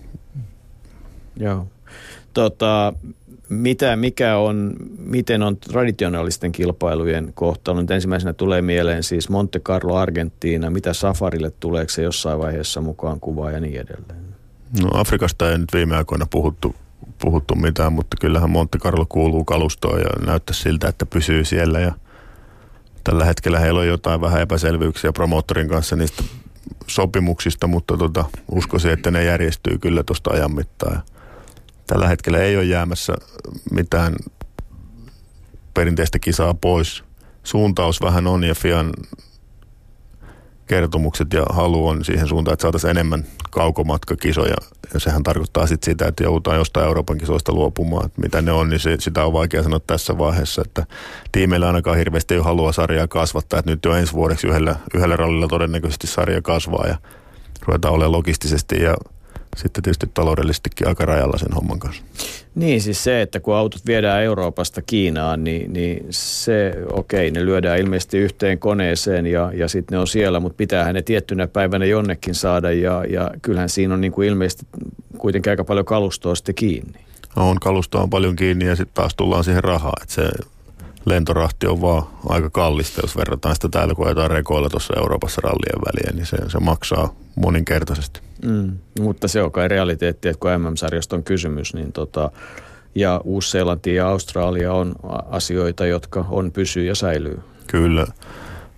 Joo. Tota, mitä, mikä on, miten on traditionaalisten kilpailujen kohtalo? Nyt ensimmäisenä tulee mieleen siis Monte Carlo, Argentiina. Mitä safarille tuleeko se jossain vaiheessa mukaan kuvaa ja niin edelleen? No Afrikasta ei nyt viime aikoina puhuttu, puhuttu mitään, mutta kyllähän Monte Carlo kuuluu kalustoon ja näyttää siltä, että pysyy siellä. Ja tällä hetkellä heillä on jotain vähän epäselvyyksiä promoottorin kanssa niistä sopimuksista, mutta tota, uskoisin, että ne järjestyy kyllä tuosta ajan mittaan. Tällä hetkellä ei ole jäämässä mitään perinteistä kisaa pois. Suuntaus vähän on ja Fian kertomukset ja halu on siihen suuntaan, että saataisiin enemmän kaukomatkakisoja. Ja sehän tarkoittaa sitten sitä, että joudutaan jostain Euroopan kisoista luopumaan. Että mitä ne on, niin se, sitä on vaikea sanoa tässä vaiheessa. Että tiimeillä ainakaan hirveästi ei halua sarjaa kasvattaa. Että nyt jo ensi vuodeksi yhdellä, yhdellä rallilla todennäköisesti sarja kasvaa ja ruvetaan olemaan logistisesti ja sitten tietysti taloudellisestikin aika rajalla sen homman kanssa. Niin, siis se, että kun autot viedään Euroopasta Kiinaan, niin, niin se, okei, ne lyödään ilmeisesti yhteen koneeseen ja, ja sitten ne on siellä, mutta pitäähän ne tiettynä päivänä jonnekin saada ja, ja kyllähän siinä on niin kuin ilmeisesti kuitenkin aika paljon kalustoa sitten kiinni. On, kalustoa on paljon kiinni ja sitten taas tullaan siihen rahaan, että se lentorahti on vaan aika kallista, jos verrataan sitä täällä, kun ajetaan rekoilla tuossa Euroopassa rallien väliin, niin se, se maksaa moninkertaisesti. Mm, mutta se on kai realiteetti, että kun M M-sarjasta on kysymys, niin tota, ja Uusi-Seelanti ja Australia on asioita, jotka on pysyy ja säilyy. Kyllä.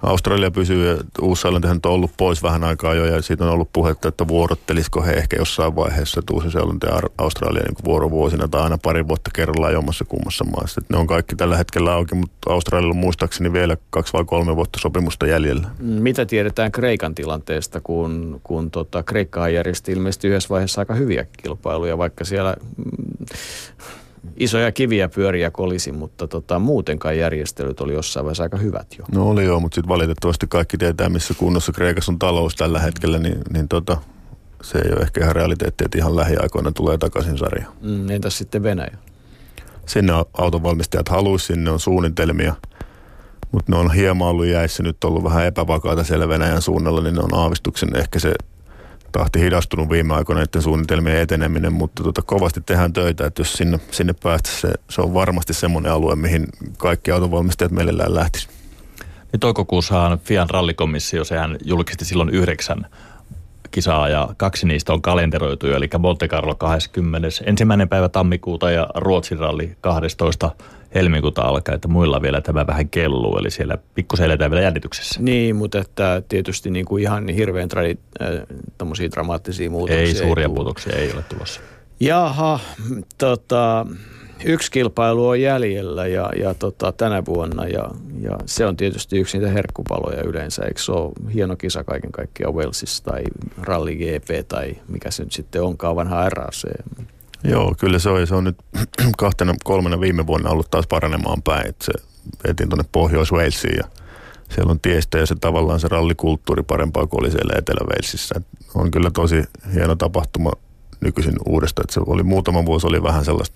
Australia pysyy ja Uusi-Seelanti on ollut pois vähän aikaa jo ja siitä on ollut puhetta, että vuorottelisiko he ehkä jossain vaiheessa, että Uusi-Seelanti ja Australia niin vuorovuosina tai aina pari vuotta kerrallaan jommassa kummassa maassa. Että ne on kaikki tällä hetkellä auki, mutta Australialla on muistaakseni vielä kaksi vai kolme vuotta sopimusta jäljellä. Mitä tiedetään Kreikan tilanteesta, kun, kun tota, Kreikkahan järjesti ilmeisesti yhdessä vaiheessa aika hyviä kilpailuja, vaikka siellä mm, isoja kiviä pyöriä kolisi, mutta tota, muutenkaan järjestelyt oli jossain vaiheessa aika hyvät jo. No oli joo, mutta sitten valitettavasti kaikki tietää, missä kunnossa Kreikassa on talous tällä hetkellä, niin, niin tota, se ei ole ehkä ihan realiteetti, että ihan lähiaikoina tulee takaisin sarja. Mm, entäs sitten Venäjä? Sinne autonvalmistajat haluaisi, sinne on suunnitelmia, mutta ne on hieman ollut jäissä, nyt ollut vähän epävakaata siellä Venäjän suunnalla, niin ne on aavistuksen ehkä se tahti hidastunut viime aikoina näiden suunnitelmien eteneminen, mutta tota, kovasti tehdään töitä, että jos sinne, sinne päästä, se, se on varmasti semmoinen alue, mihin kaikki autonvalmistajat mielellään lähtisi. Niin toukokuussahan F I A:n rallikomissio, sehän julkisti silloin yhdeksän kisaa ja kaksi niistä on kalenteroitu, eli Monte Carlo kahdeskymmenesensimmäinen päivä tammikuuta ja Ruotsin ralli kahdestoista helmikuuta alkaa, että muilla vielä tämä vähän kelluu, eli siellä pikkusen eletään vielä jännityksessä. Niin, mutta että tietysti niin kuin ihan hirveän tradi, äh, tommosia dramaattisia muutoksia. Ei, suuria ei muutoksia ei ole tulossa. Jaha, tota, yksi kilpailu on jäljellä ja, ja tota, tänä vuonna ja, ja se on tietysti yksi niitä herkkupaloja yleensä. Eikö se ole hieno kisa kaiken kaikkiaan Walesissa tai Rally G P tai mikä se nyt sitten onkaan, vanha R A C? Joo, kyllä se on. Se on nyt kahtena, kolmena viime vuonna ollut taas paranemaan päin. Että se vietiin tuonne Pohjois-Walesiin ja siellä on tiestö ja se tavallaan se rallikulttuuri parempaa kuin oli siellä Etelä-Walesissa. On kyllä tosi hieno tapahtuma nykyisin uudestaan. Että se oli muutama vuosi oli vähän sellaista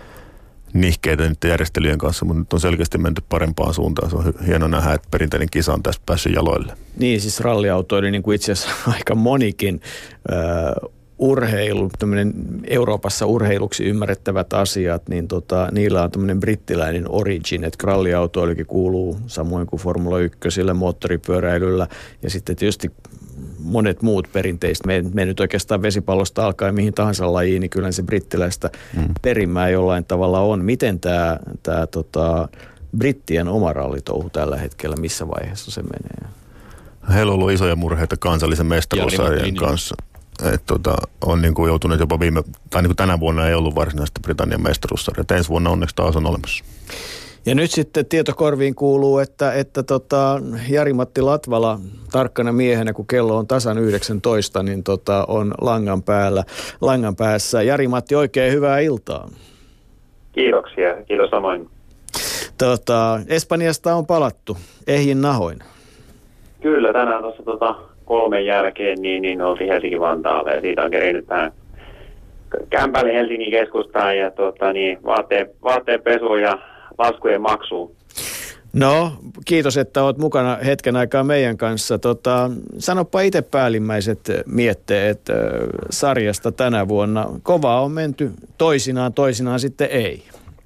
nihkeitä niiden järjestelyjen kanssa, mutta nyt on selkeästi menty parempaan suuntaan. Se on hieno nähdä, että perinteinen kisa on tässä päässyt jaloille. Niin, siis ralliautoili niin kuin itse asiassa aika monikin äh, urheilu, tämmöinen Euroopassa urheiluksi ymmärrettävät asiat, niin tota, niillä on tämmöinen brittiläinen origin, että ralliautoilikin kuuluu samoin kuin Formula yksi, moottoripyöräilyllä ja sitten tietysti monet muut perinteistä. Me, me nyt oikeastaan vesipallosta alkaen mihin tahansa lajiin, niin kyllä se brittiläistä mm. perimää jollain tavalla on. Miten tämä, tämä tota, brittien oma rallitouhu tällä hetkellä, missä vaiheessa se menee? Heillä on ollut isoja murheita kansallisen mestaruussarjan kanssa. Että tota, on niin kuin joutuneet jopa viime, tai niin kuin tänä vuonna ei ollut varsinaista Britannian mestaruussarjaa. Ensi vuonna onneksi taas on olemassa. Ja nyt sitten tietokorviin kuuluu, että, että tota Jari-Matti Latvala tarkkana miehenä, kun kello on tasan yhdeksäntoista, niin tota on langan päällä, langan päässä. Jari-Matti, oikein hyvää iltaa. Kiitoksia, kiitos samoin. Tota, Espanjasta on palattu, ehjin nahoin. Kyllä, tänään tuossa tota kolmen jälkeen niin, niin oltiin Helsinki-Vantaalla ja siitä on kerinyt tähän kämpälle Helsingin keskustaan ja tota, niin, vaatteen, vaatteen pesu ja laskujen maksuun. No, kiitos, että olet mukana hetken aikaa meidän kanssa. Tota, sanoppa itse päällimmäiset mietteet äh, sarjasta tänä vuonna. Kovaa on menty toisinaan, toisinaan sitten ei.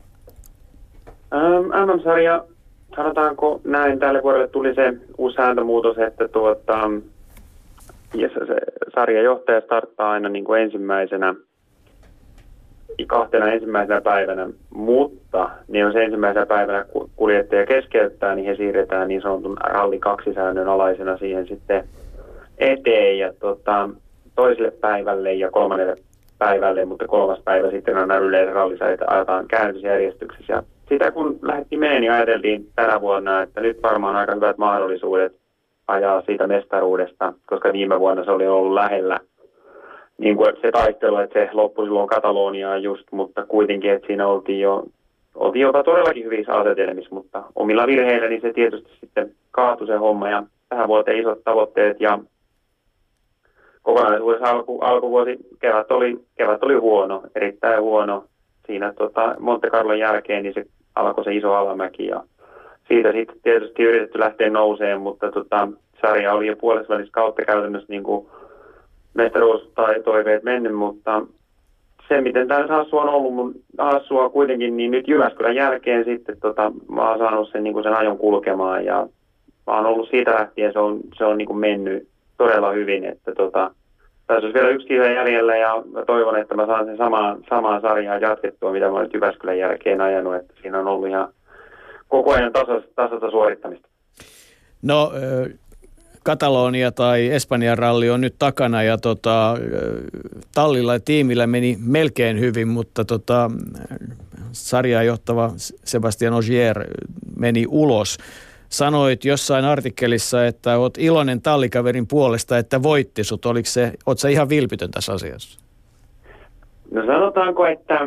Ähm, M M-sarja, sanotaanko näin, tälle vuodelle tuli se uusi sääntömuutos, että tuota, ja se, se sarjajohtaja starttaa aina niin kuin ensimmäisenä kahtena ensimmäisenä päivänä, mutta niin jos ensimmäisenä päivänä kuljettaja keskeyttää, niin he siirretään niin sanotun ralli kaksi säännön alaisena siihen sitten eteen ja tota, toiselle päivälle ja kolmannelle päivälle, mutta kolmas päivä sitten aina yleensä rallisarjat ajetaan käännösjärjestyksessä. Ja sitä kun lähdettiin menee, niin ajateltiin tänä vuonna, että nyt varmaan aika hyvät mahdollisuudet ajaa siitä mestaruudesta, koska viime vuonna se oli ollut lähellä. Niin kuin se taistelu, että se loppui silloin Kataloniaan just, mutta kuitenkin, että siinä oltiin jo, oltiin jopa todellakin hyvissä asetelmissa, mutta omilla virheillä niin se tietysti sitten kaatui se homma ja tähän vuoteen isot tavoitteet ja kokonaisuudessa alku, alkuvuosi kevät oli, kevät oli huono, erittäin huono. Siinä tota, Monte Carlon jälkeen niin se alkoi se iso alamäki ja siitä sitten tietysti yritetty lähteä nouseen, mutta tota, sarja oli jo puolessa välissä kautta käytännössä niin kuin mestaruus tai toiveet mennyt, mutta se, miten tämä Hassu on ollut mun Hassua kuitenkin, niin nyt Jyväskylän jälkeen sitten tota, mä oon saanut sen, niin kuin sen ajon kulkemaan ja mä oon ollut siitä lähtien, se on, se on niin kuin mennyt todella hyvin, että tota, tässä olisi vielä yksi kisa jäljellä ja mä toivon, että mä saan sen samaan, samaan sarjaan jatkettua, mitä mä oon nyt Jyväskylän jälkeen ajanut, että siinä on ollut ihan koko ajan tasasta, tasasta suorittamista. No, Katalonia tai Espanjan ralli on nyt takana ja tota, tallilla ja tiimillä meni melkein hyvin, mutta tota, sarjaa johtava Sebastian Ogier meni ulos. Sanoit jossain artikkelissa, että olet iloinen tallikaverin puolesta, että voitti sut. Oliko se, oot sä ihan vilpitön tässä asiassa? No sanotaanko, että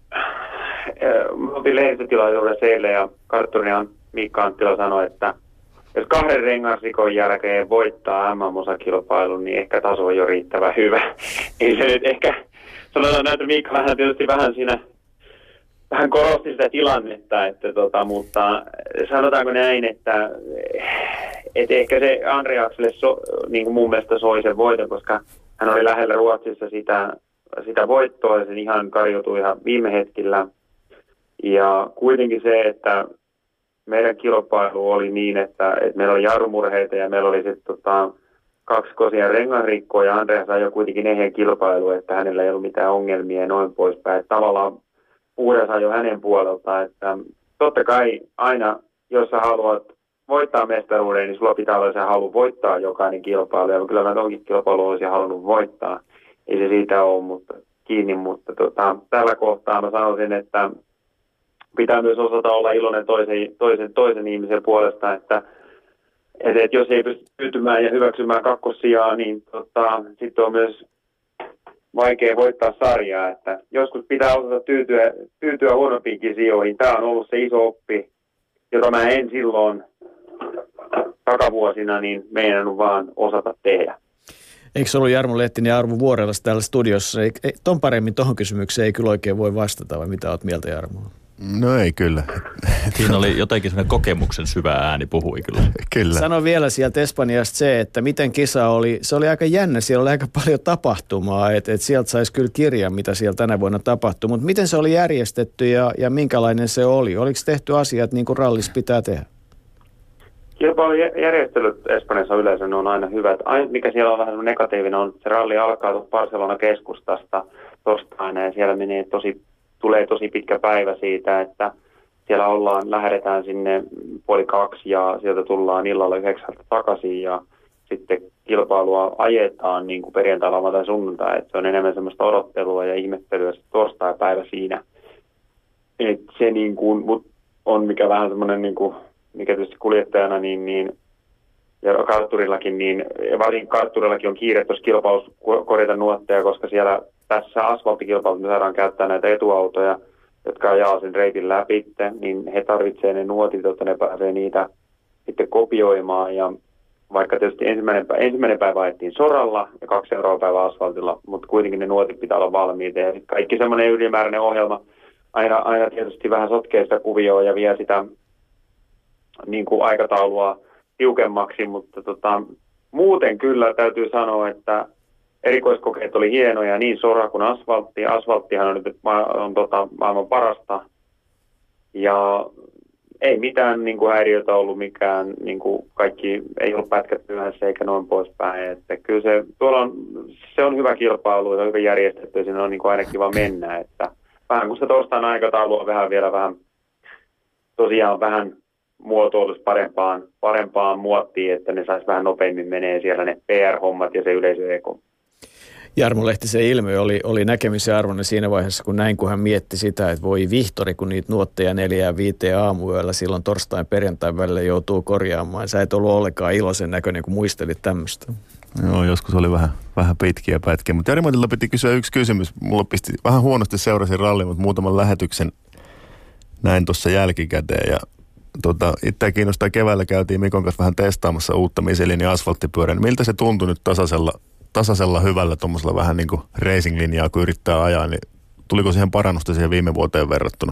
me oltiin lehdistötilaisuudessa eilen ja kartturian Miikka Anttila sanoi, että jos kahden rengasrikon jälkeen voittaa M M-osakilpailun, niin ehkä taso on jo riittävän hyvä. Ei se nyt ehkä, sanotaan näitä Miikka vähän tietysti vähän siinä, vähän korosti sitä tilannetta, että tota, mutta sanotaanko näin, että, että ehkä se Andreakselle so, niin kuin mun mielestä soi sen voiton, koska hän oli lähellä Ruotsissa sitä, sitä voittoa ja sen ihan karjoutui ihan viime hetkellä. Ja kuitenkin se, että meidän kilpailu oli niin, että, että meillä oli jarrumurheita ja meillä oli sitten tota, kaksi kosia rengasrikkoa ja Andreas sai jo kuitenkin ehjän kilpailu, että hänellä ei ollut mitään ongelmia ja noin poispäin. Että tavallaan puhdas jo hänen puoleltaan, että totta kai aina, jos sä haluat voittaa mestaruuden, niin sulla pitää olla se halu voittaa jokainen kilpailu. Ja kyllä mä tonkin kilpailu olisin halunnut voittaa. Ei se siitä ole mutta, kiinni, mutta tota, tällä kohtaa mä sanoisin, että pitää myös osata olla iloinen toisen, toisen, toisen ihmisen puolesta, että, että, että jos ei pysty tyytymään ja hyväksymään kakkossijaa, niin tota, sitten on myös vaikea voittaa sarjaa. Että joskus pitää osata tyytyä, tyytyä huonompiinkin sijoihin. Tämä on ollut se iso oppi, jota mä en silloin takavuosina niin meinannut vaan osata tehdä. Eikö se ollut Jarmo Lehtinen ja Arvo Vuorelas täällä studiossa? Ei, ei, ton paremmin tuohon kysymykseen ei kyllä oikein voi vastata, vai mitä olet mieltä, Jarmo? No ei kyllä. Siinä oli jotenkin sellainen kokemuksen syvä ääni, puhui kyllä. Kyllä. Sano vielä sieltä Espanjasta se, että miten kisa oli. Se oli aika jännä, siellä oli aika paljon tapahtumaa, että et sieltä saisi kyllä kirjan, mitä siellä tänä vuonna tapahtui. Mutta miten se oli järjestetty ja, ja minkälainen se oli? Oliko tehty asiat niin kuin rallis pitää tehdä? Kilpailujärjestelyt Espanjassa yleensä on aina hyvät. Aina mikä siellä on vähän negatiivinen on, että se ralli alkaa Barcelona keskustasta torstaina ja siellä menee tosi, tulee tosi pitkä päivä siitä, että siellä ollaan, lähdetään sinne puoli kaksi ja sieltä tullaan illalla yhdeksältä takaisin ja sitten kilpailua ajetaan niin kuin perjantai, lauantai, sunnuntai, että se on enemmän semmoista odottelua ja ihmettelyä se torstai-päivä siinä. Et se niin kuin, on mikä vähän semmoinen niin kuin mikä tietysti kuljettajana niin, niin, ja kartturillakin, niin varsinkin kartturillakin on kiire tuossa kilpailussa korjata nuotteja, koska siellä tässä asfalttikilpailussa me saadaan käyttää näitä etuautoja, jotka ajaa sen reitin läpi, niin he tarvitsevat ne nuotit, jotta ne pääsee niitä sitten kopioimaan. Ja vaikka tietysti ensimmäinen päivä, ensimmäinen päivä ajettiin soralla ja kaksi seuraavaa päivää asfaltilla, mutta kuitenkin ne nuotit pitää olla valmiita. Ja kaikki semmoinen ylimääräinen ohjelma aina, aina tietysti vähän sotkee sitä kuvioa ja vie sitä niin kuin aikataulua tiukemmaksi, mutta tota, muuten kyllä täytyy sanoa, että erikoiskokeet oli hienoja, niin sora kuin asfaltti. Asfalttihan on nyt on, tota, maailman parasta ja ei mitään niin kuin häiriötä ollut mikään, niin kuin kaikki ei ollut pätkät yhdessä eikä noin poispäin. Että kyllä se, tuolla on, se on hyvä kilpailu ja hyvin järjestetty ja siinä on niin kuin aina kiva mennä. Että vähän kun se torstaina aikataulu on vähän vielä vähän, tosiaan vähän muotoilus parempaan, parempaan muottiin, että ne saisi vähän nopeammin menee siellä ne P R-hommat ja se yleisöeko. Jarmo Lehtisen ilmiö oli, oli näkemisen arvoinen siinä vaiheessa, kun näin, kun hän mietti sitä, että voi vihtori, kun niitä nuotteja neljään viiteen aamuyöllä silloin torstain perjantain välillä joutuu korjaamaan. Sä et ollut ollenkaan iloisen näköinen, kun muistelit tämmöistä. Joo, joskus oli vähän, vähän pitkiä pätkiä, mutta Jari-Matilla piti kysyä yksi kysymys. Mulla pisti vähän huonosti seurasin rallin, mutta muutaman lähetyksen näin tuossa jälkikäteen ja Tota, itseä kiinnostaa, keväällä käytiin Mikon kanssa vähän testaamassa uutta Michelin ja asfalttipyörää. Miltä se tuntui nyt tasaisella, tasaisella hyvällä tuommoisella vähän niin kuin racing-linjaa, kun yrittää ajaa, niin tuliko siihen parannusta siihen viime vuoteen verrattuna?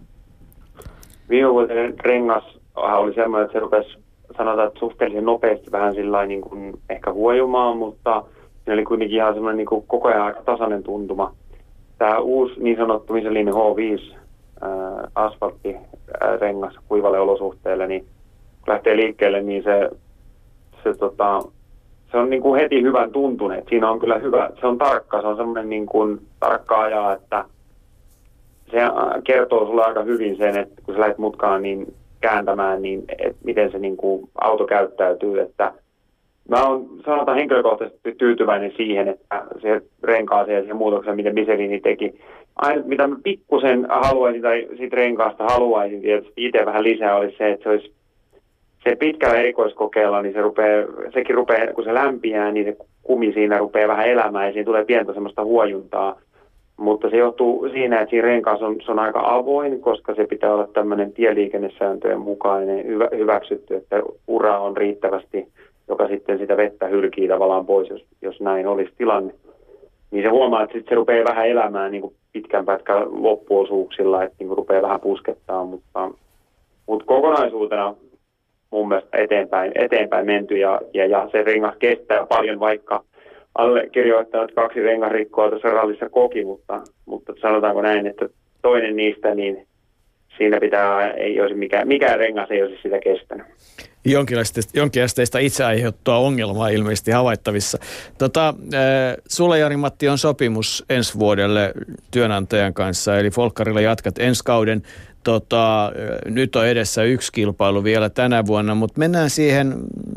Viime vuoteen rengas oli semmoinen, että se rupesi sanotaan, että suhteellisen nopeasti vähän sillä niin kuin ehkä huojumaan, mutta se oli kuitenkin ihan semmoinen niin kuin koko ajan aika tasainen tuntuma. Tämä uusi niin sanottu Michelin H viisi Äh, asfalttirengas kuivalle olosuhteelle, niin kun lähtee liikkeelle, niin se, se, tota, se on niin kuin heti hyvän tuntunen. Siinä on kyllä hyvä, se on tarkka, se on semmoinen niin kuin tarkka ajaa, että se kertoo sulle aika hyvin sen, että kun sä lähdet mutkaan, niin kääntämään, niin et miten se niin kuin auto käyttäytyy. Että mä oon sanotaan henkilökohtaisesti tyytyväinen siihen, että se renkaaseen ja siihen muutokseen, mitä Michelin teki. Aina mitä mä pikkusen haluaisin tai siitä renkaasta haluaisin tietysti itse vähän lisää olisi se, että se olisi se pitkällä erikoiskokeella, niin se rupeaa, sekin rupeaa, kun se lämpiää, niin se kumi siinä rupeaa vähän elämään ja siinä tulee pientä semmoista huojuntaa. Mutta se johtuu siinä, että siinä renkaassa on, se on aika avoin, koska se pitää olla tämmöinen tieliikennesääntöjen mukainen hyvä, hyväksytty, että ura on riittävästi, joka sitten sitä vettä hylkii tavallaan pois, jos, jos näin olisi tilanne. Niin se huomaa, että sit se rupeaa vähän elämään niin kuin pitkän pätkän loppuosuuksilla, että niin kuin rupeaa vähän puskettaa, mutta, mutta kokonaisuutena mun mielestä eteenpäin, eteenpäin menty ja, ja, ja se rengas kestää paljon, vaikka allekirjoittanut kaksi rengasrikkoa tuossa rallissa koki, mutta, mutta sanotaanko näin, että toinen niistä, niin siinä pitää, ei olisi mikään, mikään rengas ei olisi sitä kestänyt. Jonkinasteista itse aiheuttaa ongelmaa ilmeisesti havaittavissa. Tota, äh, sulle Jari-Matti on sopimus ensi vuodelle työnantajan kanssa, eli Folkkarilla jatkat ensi kauden. Tota, nyt on edessä yksi kilpailu vielä tänä vuonna, mutta mennään siihen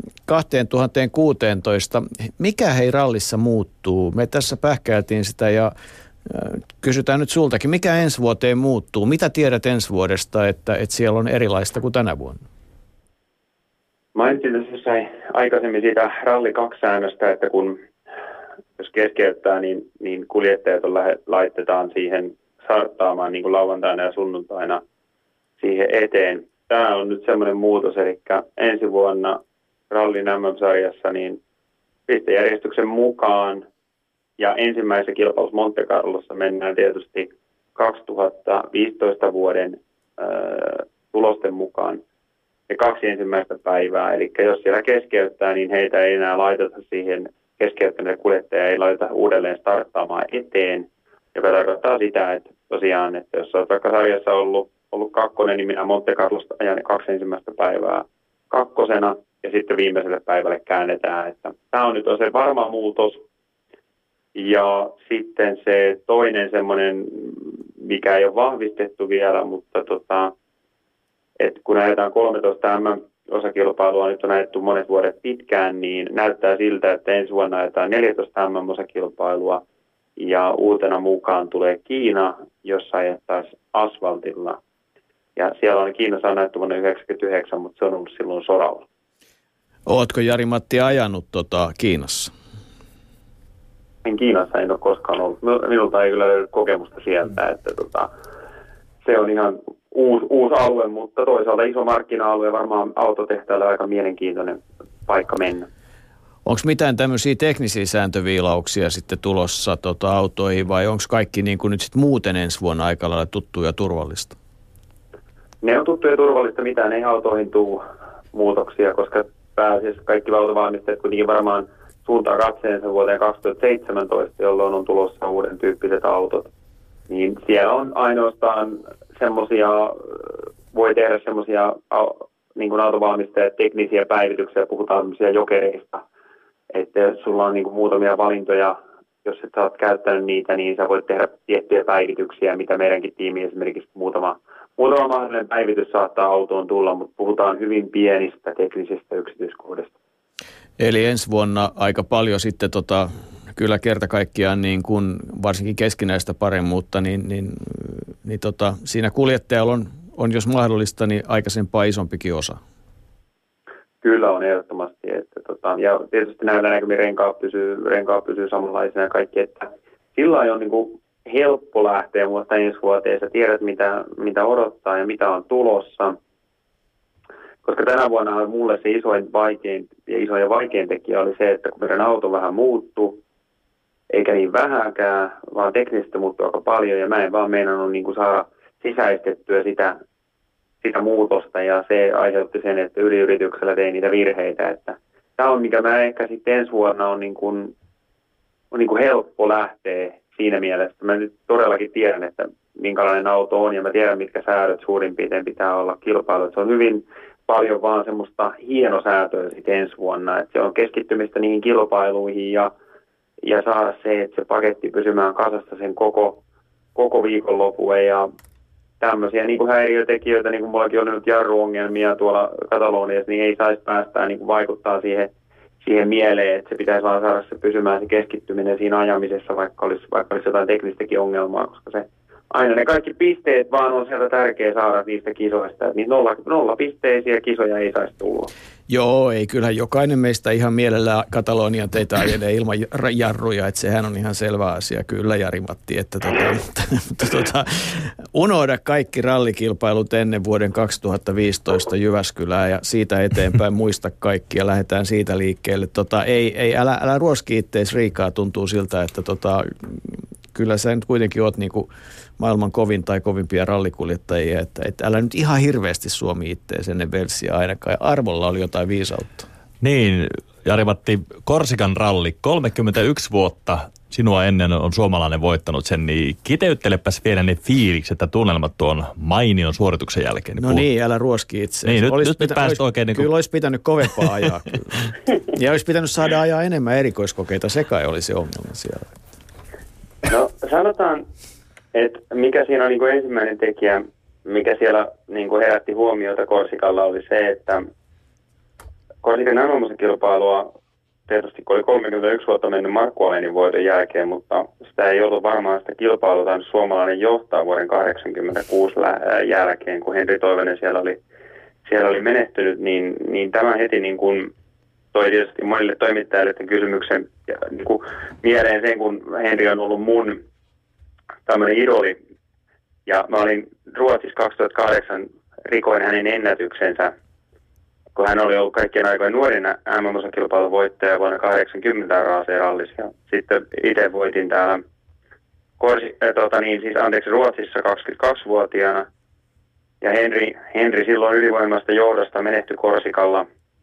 kaksituhattakuusitoista. Mikä hei rallissa muuttuu? Me tässä pähkäiltiin sitä ja kysytään nyt sultakin, mikä ensi vuoteen muuttuu? Mitä tiedät ensi vuodesta, että, että siellä on erilaista kuin tänä vuonna? Mainitsin tässä jossain aikaisemmin siitä ralli kaksi säännöstä, että kun jos keskeyttää, niin, niin kuljettajat on lähe, laitetaan siihen starttaamaan niin kuin lauantaina ja sunnuntaina siihen eteen. Tämä on nyt semmoinen muutos, eli ensi vuonna rallin M M-sarjassa niin pistejärjestyksen mukaan ja ensimmäisessä kilpailussa Monte Carlossa mennään tietysti kaksituhattaviisitoista vuoden ää, tulosten mukaan ja kaksi ensimmäistä päivää. Eli jos siellä keskeyttää, niin heitä ei enää laiteta siihen, keskeyttäneitä kuljettajia ei laiteta uudelleen starttaamaan eteen, joka tarkoittaa sitä, että tosiaan, että jos olet vaikka sarjassa ollut, ollut kakkonen, niin minä Monte Carlosta ajan kaksi ensimmäistä päivää kakkosena ja sitten viimeiselle päivälle käännetään. Että tämä on nyt on se varma muutos. Ja sitten se toinen semmoinen, mikä ei ole vahvistettu vielä, mutta tota, että kun ajetaan kolmetoista M-osakilpailua, nyt on ajettu monet vuodet pitkään, niin näyttää siltä, että ensi vuonna ajetaan neljätoista M-osakilpailua ja uutena mukaan tulee Kiina, jossa ajettaisiin asfaltilla. Ja siellä on Kiinassa on näytetty vuonna yhdeksänkymmentäyhdeksän, mutta se on ollut silloin sodalla. Ootko Jari-Matti ajanut tota Kiinassa? En Kiinassa en ole koskaan ollut. Minulta ei kyllä löydy kokemusta sieltä, että tota, se on ihan uusi, uusi alue, mutta toisaalta iso markkina-alue, varmaan autotehtaalle aika mielenkiintoinen paikka mennä. Onko mitään tämmöisiä teknisiä sääntöviilauksia sitten tulossa tota, autoihin vai onko kaikki niin kuin nyt sit muuten ensi vuonna aika lailla tuttu ja turvallista? Ne on tuttu ja turvallista, mitään ei autoihin tule muutoksia, koska pääasiassa kaikki autovalmistajat kuitenkin varmaan suuntaa katseensa vuoteen kaksituhattaseitsemäntoista, jolloin on tulossa uuden tyyppiset autot. Niin siellä on ainoastaan semmoisia, voi tehdä semmoisia niin kuin autovalmistajat teknisiä päivityksiä, puhutaan semmoisia jokereista, että jos sulla on niin kuin muutamia valintoja, jos et sä oot käyttänyt niitä, niin sä voit tehdä tiettyjä päivityksiä, mitä meidänkin tiimi esimerkiksi muutama, muutama mahdollinen päivitys saattaa autoon tulla, mutta puhutaan hyvin pienistä teknisistä yksityiskohdista. Eli ensi vuonna aika paljon sitten tota, kyllä kerta kaikkiaan niin kuin varsinkin keskinäistä paremmuutta, niin, niin, niin tota, siinä kuljettajalla on, on, jos mahdollista, niin aikaisempaa isompikin osa. Kyllä on ehdottomasti. Että, tota, ja tietysti näillä näkymin renkaat pysyy, renkaat pysyy samanlaisena ja kaikki, että sillä on niin kuin helppo lähteä muista ensi vuoteen. Sä tiedät, mitä, mitä odottaa ja mitä on tulossa. Koska tänä vuonna on mulle se isoin, vaikein, ja isoin ja vaikein tekijä oli se, että kun meidän auto vähän muuttui, eikä niin vähänkään, vaan teknisesti muuttui aika paljon, ja mä en vaan meinannut niin kuin saada sisäistettyä sitä, sitä muutosta, ja se aiheutti sen, että yliyrityksellä tein niitä virheitä. Että tämä on, mikä mä ehkä sitten ensi vuonna on, niin kuin, on niin kuin helppo lähteä siinä mielessä. Mä nyt todellakin tiedän, että minkälainen auto on, ja mä tiedän, mitkä säädöt suurin piirtein pitää olla kilpailu. Se on hyvin paljon vaan semmoista hienosäätöä sitten ensi vuonna, että se on keskittymistä niihin kilpailuihin ja, ja saada se, että se paketti pysymään kasassa sen koko, koko viikonlopun ja tämmöisiä niin kuin häiriötekijöitä, niin kuin mullakin oli nyt jarruongelmia tuolla Kataloniassa, niin ei saisi päästää niin kuin vaikuttaa siihen, siihen mieleen, että se pitäisi vaan saada se pysymään se keskittyminen siinä ajamisessa, vaikka olisi, vaikka olisi jotain teknistäkin ongelmaa, koska se aina ne kaikki pisteet vaan on sieltä tärkeä saada niistä kisoista, että niitä nolla, nolla pisteisiä kisoja ei saisi tulla. Joo, ei kyllä jokainen meistä ihan mielellään Katalonian teitä ajelee ilman jarruja, että sehän on ihan selvä asia kyllä, Jari-Matti, että tota, tota, unohda kaikki rallikilpailut ennen vuoden kaksituhattaviisitoista Jyväskylää ja siitä eteenpäin muista kaikki ja lähdetään siitä liikkeelle. Tota, ei, ei, älä, älä ruoski ittees Riikaa, tuntuu siltä, että tota, kyllä sä nyt kuitenkin oot niinku maailman kovin tai kovimpia rallikuljettajia, että, että älä nyt ihan hirveästi Suomi ittees ennen Velsiä ainakaan. Ja Arvolla oli jotain viisautta. Niin, Jari-Matti, Korsikan ralli, kolmekymmentäyksi vuotta sinua ennen on suomalainen voittanut sen, niin kiteyttelepäs vielä ne fiilikset että tunnelmat tuon mainion suorituksen jälkeen. Niin no puhut. Niin, älä ruoski itse. Niin, nyt, nyt, pitä, nyt pääsit oikein niin kuin... Kyllä olisi pitänyt kovempaa ajaa. Kyllä. Ja olisi pitänyt saada ajaa enemmän erikoiskokeita, se kai oli se ongelma siellä. No sanotaan, että mikä siinä on niin kuin ensimmäinen tekijä, mikä siellä niin kuin herätti huomiota Korsikalla oli se, että Korsikan M M-kilpailua tietysti kun oli kolmekymmentäyksi vuotta mennyt Markku Alenin voiton jälkeen, mutta sitä ei ollut varmaan sitä kilpailua tainnut suomalainen johtaa vuoden kahdeksankymmentäkuusi jälkeen, kun Henri Toivonen siellä oli, siellä oli menehtynyt, niin, niin tämä heti niin kuin toi tietysti monille toimittajille kysymyksen ja, niin kuin mieleen sen, kun Henri on ollut mun tämmöinen idoli. Ja mä olin Ruotsissa kaksituhattakahdeksan, rikoin hänen ennätyksensä, kun hän oli ollut kaikkien aikojen nuorin M M-kilpailun voittaja vuonna kahdeksankymmentä Raaseerallissa. Ja sitten itse voitin täällä Korsi, äh, tota niin, siis, anteeksi, Ruotsissa kaksikymmentäkaksivuotiaana. Ja Henri, Henri silloin ylivoimasta johdosta menehtyi Korsikalla.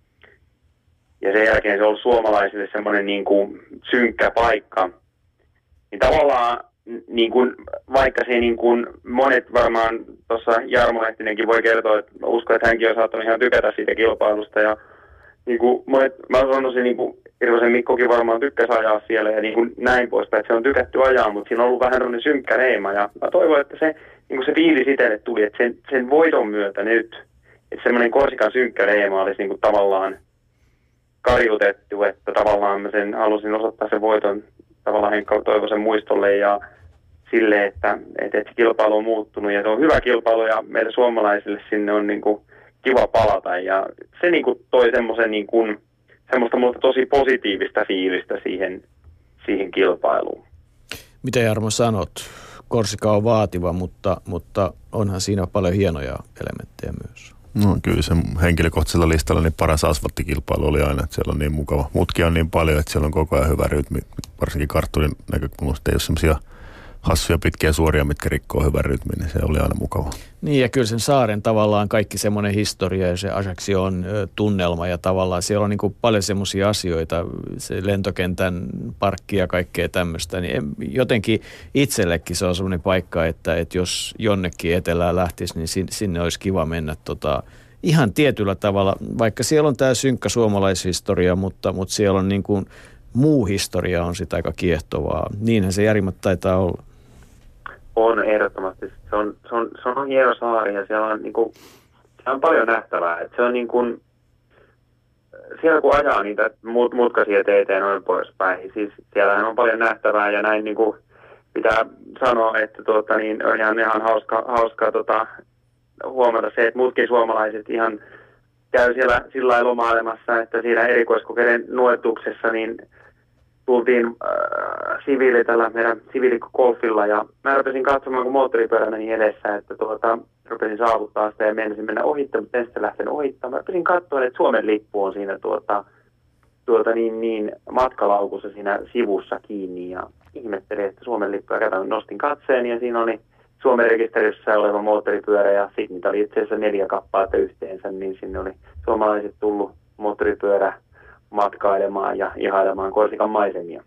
Ja sen jälkeen se on ollut suomalaisille semmoinen niin kuin synkkä paikka. Niin tavallaan, niin kuin, vaikka se niin kuin monet varmaan tuossa Jarmo Lehtinenkin voi kertoa, että mä uskon, että hänkin on saattanut ihan tykätä siitä kilpailusta. Ja niin kuin monet, mä sanoisin, niin kuin Irvosen Mikkokin varmaan tykkäsi ajaa siellä ja niin kuin näin poispäin, että se on tykätty ajaa, mutta siinä on ollut vähän sellainen synkkä leima. Ja mä toivon, että se, niin kuin se fiilis itselle tuli, että sen, sen voiton myötä nyt, että semmoinen Korsikan synkkä leima olisi niin kuin tavallaan karjutettu, että tavallaan mä sen halusin osoittaa sen voiton tavallaan Henkka Toivosen muistolle ja sille, että, että, että kilpailu on muuttunut ja se on hyvä kilpailu ja meille suomalaisille sinne on niin kuin kiva palata ja se niin kuin toi semmoisen niin kuin, semmoista muuta tosi positiivista fiilistä siihen, siihen kilpailuun. Mitä Jarmo sanot? Korsika on vaativa, mutta, mutta onhan siinä paljon hienoja elementtejä myös. No kyllä se henkilökohtaisella listalla niin paras asfalttikilpailu oli aina, että siellä on niin mukava. Mutkia on niin paljon, että siellä on koko ajan hyvä rytmi, varsinkin kartturin näkökulmasta. Ei ole semmoisia hassuja pitkiä suoria, mitkä rikkoo hyvän rytmin, niin se oli aina mukava. Niin ja kyllä sen saaren tavallaan kaikki semmoinen historia ja se Ajaccion tunnelma ja tavallaan siellä on niin kuin paljon semmoisia asioita, se lentokentän parkki ja kaikkea tämmöistä, niin jotenkin itsellekin se on semmoinen paikka, että, että jos jonnekin etelään lähtisi, niin sinne olisi kiva mennä tota, ihan tietyllä tavalla, vaikka siellä on tämä synkkä suomalaishistoria, mutta, mutta siellä on niin kuin muu historia on sitä aika kiehtovaa. Niinhän se Jari-Matti taitaa olla. On ehdottomasti. Se on, se on, se on hieno saari ja siellä on, niin kuin, siellä on paljon nähtävää. Et se on niin kuin, siellä kun ajaa niitä mut, mutkaisia teitä ja noin poispäin, siis siellähän on paljon nähtävää ja näin niin kuin pitää sanoa, että tuota, niin on ihan, ihan hauska, hauska tota, huomata se, että muutkin suomalaiset ihan käy siellä sillä lailla lomailemassa, että siinä erikoiskokeiden nuotuksessa niin tultiin äh, siviili tällä meidän siviiligolfilla ja mä rupesin katsomaan, kun moottoripyörä meni edessä, että tuota, rupesin saavuttaa sitä ja menisin mennä ohittamaan, mutta en sitten lähtenyt ohittamaan. Mä rupesin katsoa, että Suomen lippu on siinä tuota, tuota niin, niin matkalaukussa siinä sivussa kiinni ja ihmettelin, että Suomen lippu ja nostin katseen ja siinä oli Suomen rekisterissä oleva moottoripyörä ja sitten niitä oli itse asiassa neljä kappaletta yhteensä, niin sinne oli suomalaiset tullut moottoripyörä matkailemaan ja ihailemaan Korsikan maisemia.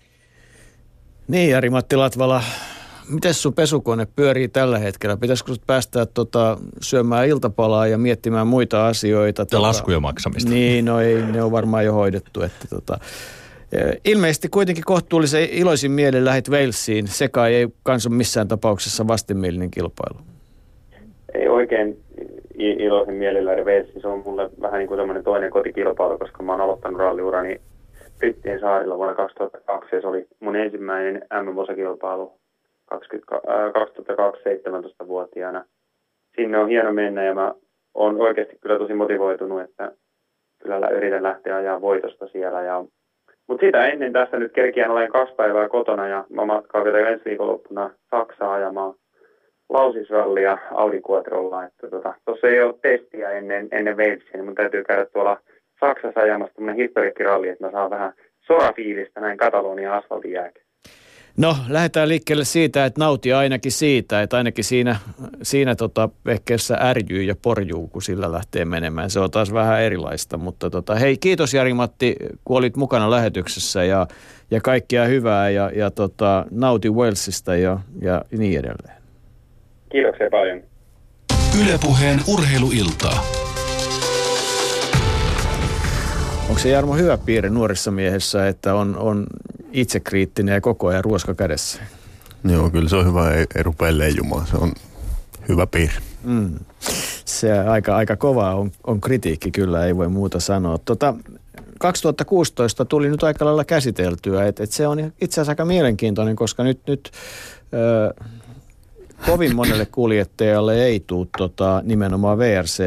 Niin, Jari-Matti Latvala, miten sun pesukone pyörii tällä hetkellä? Pitäisikö sut päästää tota, syömään iltapalaa ja miettimään muita asioita? Ja tota, laskujen maksamista. Niin, no ei, ne on varmaan jo hoidettu. Että, tota, ilmeisesti kuitenkin kohtuullisen iloisin mielen lähit Walesiin. Se kai ei kanssa missään tapauksessa vastenmielinen kilpailu. ei oikein iloisen mielellä Walesi. Se on mulle vähän niin kuin semmoinen toinen kotikilpailu, koska mä oon aloittanut ralliurani Brittein saarilla vuonna kaksituhattakaksi ja se oli mun ensimmäinen M M-osakilpailu kaksituhattakaksi seitsemäntoista-vuotiaana. Sinne on hieno mennä ja mä oon oikeasti kyllä tosi motivoitunut, että kyllä yritän lähteä ajaa voitosta siellä. Ja... Mutta sitä ennen tässä nyt kerkiään olen kaksi päivää kotona ja mä matkaan vielä ensi viikonloppuna Saksaa ajamaan Lausisrallia Audi Quattrolla. Tuossa tota, ei ole testiä ennen, ennen Walesia, niin mun täytyy käydä tuolla Saksassa ajamassa tämmöinen historiikkiralli, että mä saan vähän sorafiilistä näin Katalonian asfaltin jälkeen. No, lähdetään liikkeelle siitä, että nauti ainakin siitä, että ainakin siinä, siinä tota, vehkeessä ärjyy ja porjuu, kun sillä lähtee menemään. Se on taas vähän erilaista, mutta tota, hei, kiitos Jari-Matti, kun olit mukana lähetyksessä ja, ja kaikkia hyvää ja, ja tota, nauti Walesista ja, ja niin edelleen. Kiitoksia paljon. Yle Puheen urheiluiltaa. Onko se Jarmo hyvä piirre nuorissa miehessä, että on, on itsekriittinen ja koko ajan ruoska kädessä? Joo, kyllä se on hyvä, ei, ei rupea leijumaan. Se on hyvä piirre. Mm. Se aika, aika kova on, on kritiikki kyllä, ei voi muuta sanoa. Tota, kaksituhattakuusitoista tuli nyt aika lailla käsiteltyä, että et se on itse asiassa aika mielenkiintoinen, koska nyt, nyt ö, kovin monelle kuljettajalle ei tule tota, nimenomaan V R C,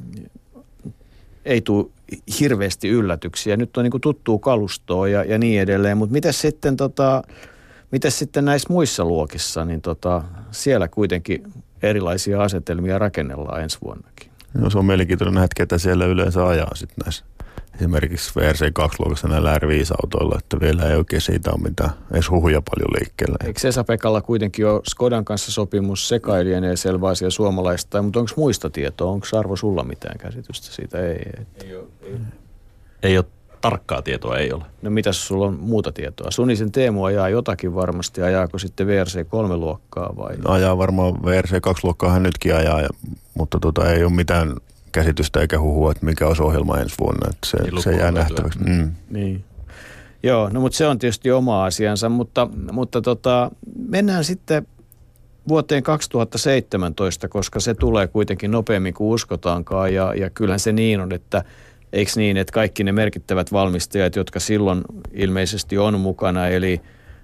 ei tule hirveästi yllätyksiä. Nyt on niin kuin tuttua kalustoa ja, ja niin edelleen, mutta mitäs sitten, tota, mitäs sitten näissä muissa luokissa, niin tota, siellä kuitenkin erilaisia asetelmia rakennellaan ensi vuonnakin. No, se on mielenkiintoinen nähdä, ketä siellä yleensä ajaa sitten näissä. Esimerkiksi V R C kaksi-luokassa näillä R viisi -autoilla, että vielä ei oikein siitä ole mitään edes huhuja paljon liikkeellä. Eikö Esa-Pekalla kuitenkin ole Skodan kanssa sopimus, seka ei lienee selvä asia suomalaista, mutta onko muista tietoa? Onko Arvo sulla mitään käsitystä siitä? Ei, ei. Ei, ole, ei. ei ole tarkkaa tietoa, ei ole. No mitäs sulla on muuta tietoa? Sunisen Teemu ajaa jotakin varmasti, ajaako sitten V R C kolme-luokkaa vai? Ajaa varmaan V R C kaksi-luokkaa hän nytkin ajaa, ja, mutta tota, ei ole mitään käsitystä eikä huhua, että mikä olisi ohjelma ensi vuonna. Että se, se jää nähtäväksi. Mm. Niin. Joo, no mutta se on tietysti oma asiansa, mutta, mutta tota, mennään sitten vuoteen kaksituhattaseitsemäntoista, koska se tulee kuitenkin nopeammin kuin uskotaankaan ja, ja kyllähän se niin on, että eikö niin, että kaikki ne merkittävät valmistajat, jotka silloin ilmeisesti on mukana, eli,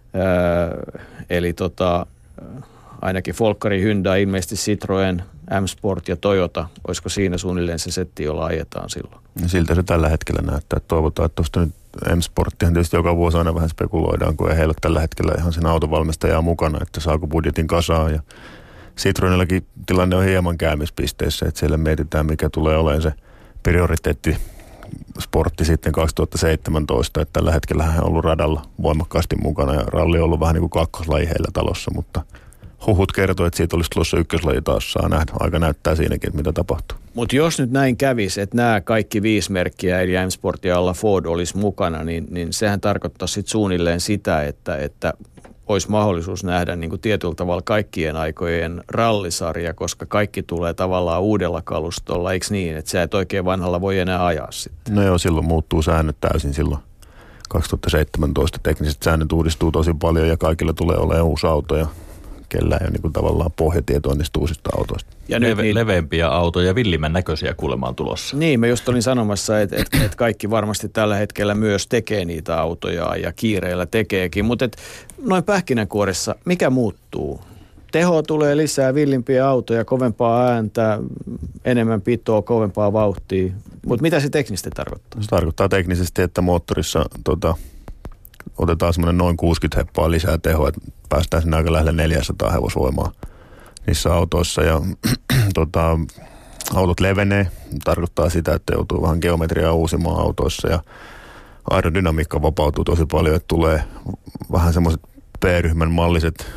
ää, eli tota, ainakin Volkswagen, Hyundai, ilmeisesti Citroen, M-Sport ja Toyota, olisiko siinä suunnilleen se setti, jolla ajetaan silloin? Siltä se tällä hetkellä näyttää, että toivotaan, että tuosta nyt M-Sporttihan tietysti joka vuosi aina vähän spekuloidaan, kun ei heillä ole tällä hetkellä ihan sen autovalmistajaa mukana, että saako budjetin kasaan. Ja Citroenillakin tilanne on hieman käymispisteissä, että siellä mietitään, mikä tulee olemaan se prioriteetti sportti sitten kaksituhattaseitsemäntoista, että tällä hetkellä hän on ollut radalla voimakkaasti mukana ja ralli on ollut vähän niin kuin kakkoslaji heillä talossa, mutta huhut kertoo, että siitä olisi tulossa ykköslaji taas, saa nähdä. Aika näyttää siinäkin, että mitä tapahtuu. Mutta jos nyt näin kävisi, että nämä kaikki viisi merkkiä, eli M-Sport ja alla Ford olisi mukana, niin, niin sehän tarkoittaa sitten suunnilleen sitä, että, että olisi mahdollisuus nähdä niin kuin tietyllä tavalla kaikkien aikojen rallisarja, koska kaikki tulee tavallaan uudella kalustolla, eikö niin? Että sä et oikein vanhalla voi enää ajaa sitten. No joo, silloin muuttuu säännöt täysin silloin. kaksituhattaseitsemäntoista tekniset säännöt uudistuu tosi paljon ja kaikilla tulee olemaan uusi auto ja kellä ei ole niin kuin tavallaan pohjatietoa niistä uusista autoista. Ja Leve, niin, leveämpiä autoja, villimän näköisiä kuulemaan tulossa. Niin, mä just olin sanomassa, että, että, että kaikki varmasti tällä hetkellä myös tekee niitä autoja ja kiireillä tekeekin, mutta että noin pähkinänkuoressa, mikä muuttuu? Teho tulee lisää, villimpiä autoja, kovempaa ääntä, enemmän pitoa, kovempaa vauhtia, mutta mitä se teknisesti tarkoittaa? Se tarkoittaa teknisesti, että moottorissa tota, otetaan semmoinen noin kuusikymmentä heppaa lisää tehoa, että päästään sinne aika lähelle neljäsataa hevosvoimaa niissä autoissa. Ja tota, autot levenee, tarkoittaa sitä, että joutuu vähän geometriaa uusimaan autoissa ja aerodynamiikka vapautuu tosi paljon, että tulee vähän semmoiset P-ryhmän malliset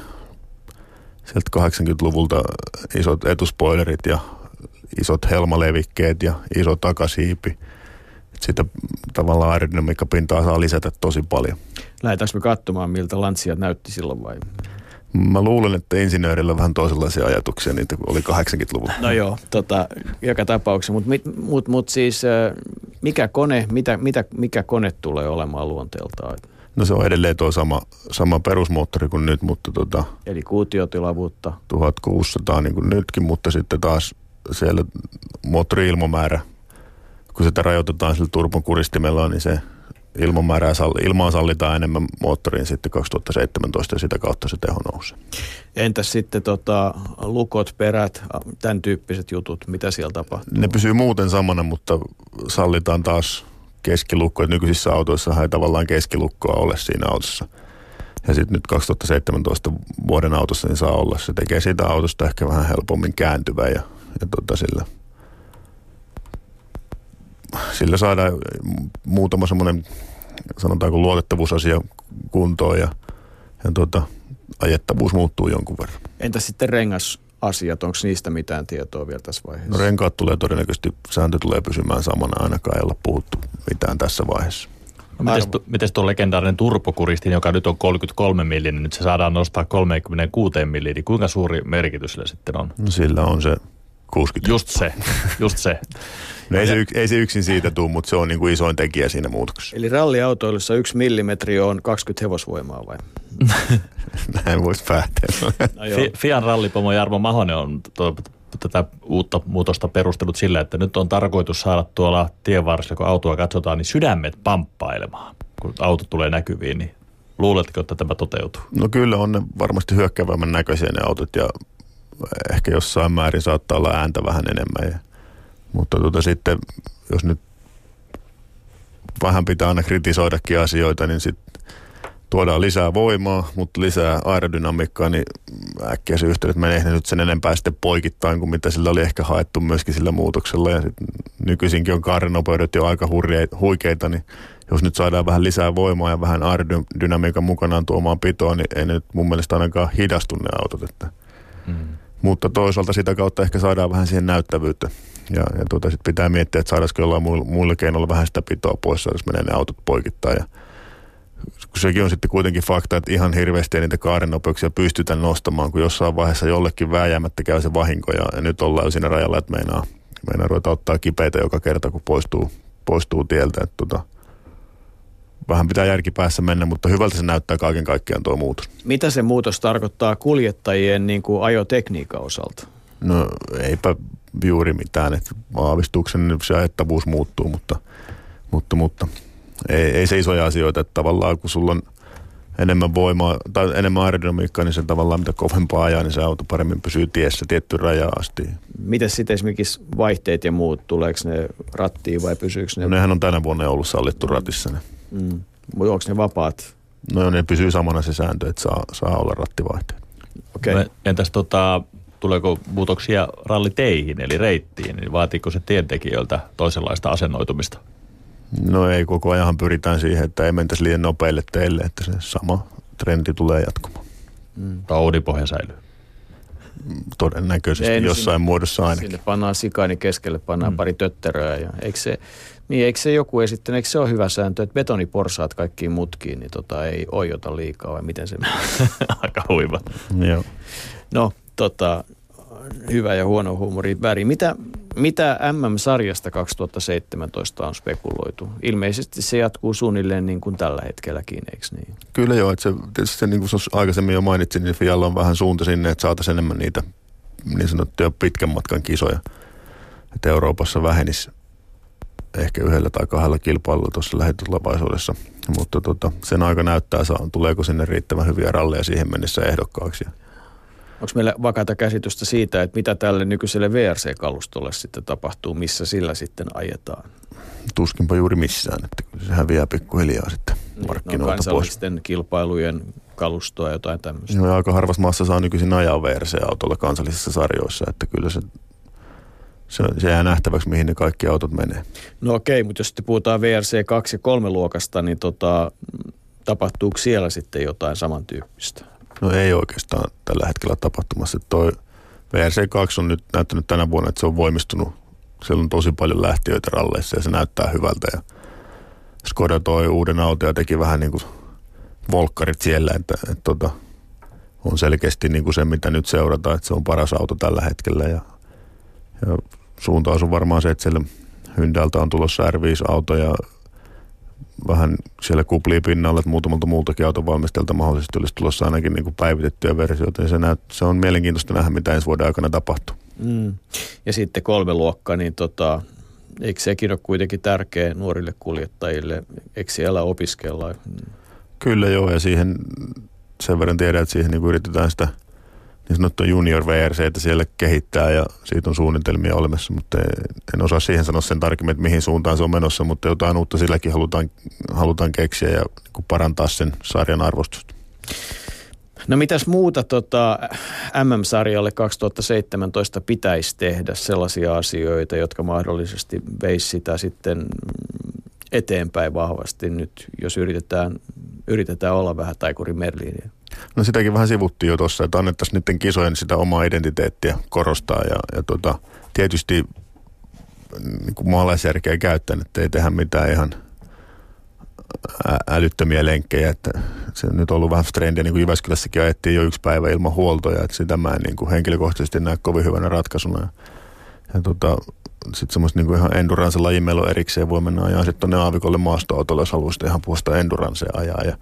sieltä kahdeksankymmentäluvulta isot etuspoilerit ja isot helmalevikkeet ja iso takasiipi. Sitä tavallaan aerodynamiikkapintaa saa lisätä tosi paljon. Lähdetäänkö me katsomaan, miltä Lanciat näytti silloin vai? Mä luulen, että insinöörillä on vähän toisenlaisia ajatuksia, niitä oli kahdeksankymmentäluvulla. No joo, tota, joka tapauksessa. Mutta mut, mut siis mikä kone, mitä, mitä, mikä kone tulee olemaan luonteeltaan? No se on edelleen tuo sama, sama perusmoottori kuin nyt, mutta tota, Eli kuutiotilavuutta. tuhatkuusisataa niin kuin nytkin, mutta sitten taas siellä moottori-ilmamäärä, kun sitä rajoitetaan sillä turbokuristimella, niin se ilmamäärää, ilmaa sallitaan enemmän moottoriin sitten kaksituhattaseitsemäntoista ja sitä kautta se teho nousee. Entäs sitten tota, lukot, perät, tämän tyyppiset jutut, mitä siellä tapahtuu? Ne pysyy muuten samana, mutta sallitaan taas keskilukko. Nykyisissä autoissa ei tavallaan keskilukkoa ole siinä autossa. Ja sitten nyt kaksituhattaseitsemäntoista vuoden autossa niin saa olla. Se tekee siitä autosta ehkä vähän helpommin kääntyvä ja, ja tota sillä, sillä saadaan muutama semmoinen, sanotaanko luotettavuusasia kuntoon ja, ja tota, ajettavuus muuttuu jonkun verran. Entä sitten rengasasiat, onko niistä mitään tietoa vielä tässä vaiheessa? No renkaat tulee todennäköisesti, sääntö tulee pysymään samana, ainakaan ei olla puhuttu mitään tässä vaiheessa. No, mites, tu, mites tuo legendaarinen turbokuristin, joka nyt on kolmekymmentäkolme milliä, niin nyt se saadaan nostaa kolmekymmentäkuusi milliä, niin kuinka suuri merkitys sillä sitten on? No sillä on se kuusikymmentä. Just se, just se. No ei, se yks, ei se yksin siitä tule, mutta se on niin kuin isoin tekijä siinä muutoksessa. Eli ralliautoilussa yksi millimetri on kaksikymmentä hevosvoimaa vai? Näin voisi päätellä. No Fian rallipomo Jarmo Mahonen on to, tätä uutta muutosta perustellut sillä, että nyt on tarkoitus saada tuolla tienvarsilla, kun autoa katsotaan, niin sydämet pamppailemaan, kun auto tulee näkyviin. Niin luuletko, että tämä toteutuu? No kyllä on ne varmasti hyökkäävämmän näköisiä ne autot ja ehkä jossain määrin saattaa olla ääntä vähän enemmän. Ja, mutta tuota sitten, jos nyt vähän pitää aina kritisoidakin asioita, niin sitten tuodaan lisää voimaa, mutta lisää aerodynamiikkaa, niin äkkiä se yhteydet menee nyt sen enempää sitten poikittain kuin mitä sillä oli ehkä haettu myöskin sillä muutoksella. Ja sitten nykyisinkin on kaarenopeudet jo aika huikeita, niin jos nyt saadaan vähän lisää voimaa ja vähän aerodynamiikan mukanaan tuomaan pitoa, niin ei ne nyt mun mielestä ainakaan hidastu ne autot. Että. Mm. Mutta toisaalta sitä kautta ehkä saadaan vähän siihen näyttävyyttä. Ja, ja tuota, sitten pitää miettiä, että saadaanko jollain muilla keinoilla vähän sitä pitoa pois, jos menee ne autot poikittain. Ja sekin on sitten kuitenkin fakta, että ihan hirveästi niitä kaarenopeuksia pystytään nostamaan, kun jossain vaiheessa jollekin vääjäämättä käy se vahinko. Ja, ja nyt ollaan jo siinä rajalla, että meinaa, meinaa ruveta ottaa kipeitä joka kerta, kun poistuu, poistuu tieltä. Että tota, vähän pitää järki päässä mennä, mutta hyvältä se näyttää kaiken kaikkiaan tuo muutos. Mitä se muutos tarkoittaa kuljettajien niin kuin ajotekniikan osalta? No eipä juuri mitään, että aavistuksen se ajettavuus muuttuu, mutta, mutta, mutta ei, ei se isoja asioita, että tavallaan kun sulla on enemmän voimaa tai enemmän aerodynamiikkaa, niin se tavallaan mitä kovempaa ajaa, niin se auto paremmin pysyy tiessä tiettyyn rajaan asti. Miten sitten esimerkiksi vaihteet ja muut, tuleeko ne rattiin vai pysyykö ne? No nehän on tänä vuonna ollut sallittu ratissa ne. Mm. Mutta onko ne vapaat? No ne pysyy samana se sääntö, että saa, saa olla rattivaihteet. Okei. Okay. Entäs tota, tuleeko muutoksia ralliteihin eli reittiin, niin vaatiiko se tientekijöiltä toisenlaista asennoitumista? No ei, koko ajan pyritään siihen, että ei mentäisi liian nopeille teille, että se sama trendi tulee jatkumaan. Mm. Tai Oudinpohja säilyy? Todennäköisesti ei, jossain sinne, muodossa ainakin. Sinne pannaan sikaani keskelle, pannaan mm. pari tötteröä ja eikö se, niin eikö se joku esittänyt, eikö se ole hyvä sääntö, että betoniporsaat kaikkiin mutkiin, niin tota ei oijota liikaa vai miten se menee? Aika huiva. Joo. No tota, hyvä ja huono huumori väri. Mitä, mitä M M-sarjasta kaksituhattaseitsemäntoista on spekuloitu? Ilmeisesti se jatkuu suunnilleen niin kuin tällä hetkelläkin, eikö niin? Kyllä joo, että se, tietysti se niin kuin aikaisemmin jo mainitsin, niin Fialla on vähän suunta sinne, että saataisiin enemmän niitä niin sanottuja pitkän matkan kisoja. Että Euroopassa vähenisi ehkä yhdellä tai kahdella kilpailulla tuossa lähitulevaisuudessa. Mutta tota, sen aika näyttää, saa, tuleeko sinne riittävän hyviä ralleja siihen mennessä ehdokkaaksi. Onko meillä vakaata käsitystä siitä, että mitä tälle nykyiselle V R C-kalustolle sitten tapahtuu, missä sillä sitten ajetaan? Tuskinpa juuri missään, että se häviää pikkuhiljaa sitten markkinoilta no, pois. kansallisten kilpailujen kalustoa jotain tämmöistä. No, aika harvassa maassa saa nykyisin ajaa V R C-autolla kansallisissa sarjoissa, että kyllä se, se, se jää nähtäväksi, mihin ne kaikki autot menee. No okei, mutta jos sitten puhutaan V R C kaksi ja kolme luokasta, niin tota, tapahtuuko siellä sitten jotain samantyyppistä? No ei oikeastaan tällä hetkellä tapahtumassa. Toi V R C kaksi on nyt näyttänyt tänä vuonna, että se on voimistunut. Siellä on tosi paljon lähtiöitä ralleissa ja se näyttää hyvältä. Ja Skoda toi uuden auton ja teki vähän niin kuin volkkarit siellä, että, että, että, että on selkeästi niin kuin se, mitä nyt seurataan, että se on paras auto tällä hetkellä. Ja, ja suuntaus on varmaan se, että siellä Hyndältä on tulossa R viisi-auto ja vähän siellä kuplii pinnalla, että muutamalta muultakin autovalmistajalta mahdollisesti olisi tulossa ainakin niin kuin päivitettyjä versioita. Ja se, näyt, se on mielenkiintoista nähdä, mitä ensi vuoden aikana tapahtuu. Mm. Ja sitten kolme luokka, niin tota, eikö sekin ole kuitenkin tärkeä nuorille kuljettajille? Eikö siellä opiskella? Kyllä joo, ja siihen sen verran tiedän, että siihen niin kuin yritetään sitä niin sanottua junior V R C, että siellä kehittää ja siitä on suunnitelmia olemassa, mutta en osaa siihen sanoa sen tarkemmin, että mihin suuntaan se on menossa, mutta jotain uutta silläkin halutaan, halutaan keksiä ja niin parantaa sen sarjan arvostusta. No mitäs muuta tota, M M-sarjalle kaksituhattaseitsemäntoista pitäisi tehdä sellaisia asioita, jotka mahdollisesti veisi sitä sitten eteenpäin vahvasti nyt, jos yritetään, yritetään olla vähän taikuri Merliniä? No sitäkin vähän sivuttiin jo tuossa, että annettaisiin niiden kisojen sitä omaa identiteettiä korostaa ja, ja tota, tietysti niin kuin maalaisjärkeä käyttäen, että ei tehdä mitään ihan älyttömiä lenkkejä, että se on nyt ollut vähän trendiä, niin kuin Jyväskylässäkin ajettiin jo yksi päivä ilman huoltoja, että sitä mä en niin kuin henkilökohtaisesti näe kovin hyvänä ratkaisuna. Ja, ja tota, sitten semmoista niin ihan endurance-lajin meillä on erikseen, voi mennä ajaa sitten tuonne aavikolle maastoautolla, jos haluaa ihan puolesta endurancea ajaa. Ja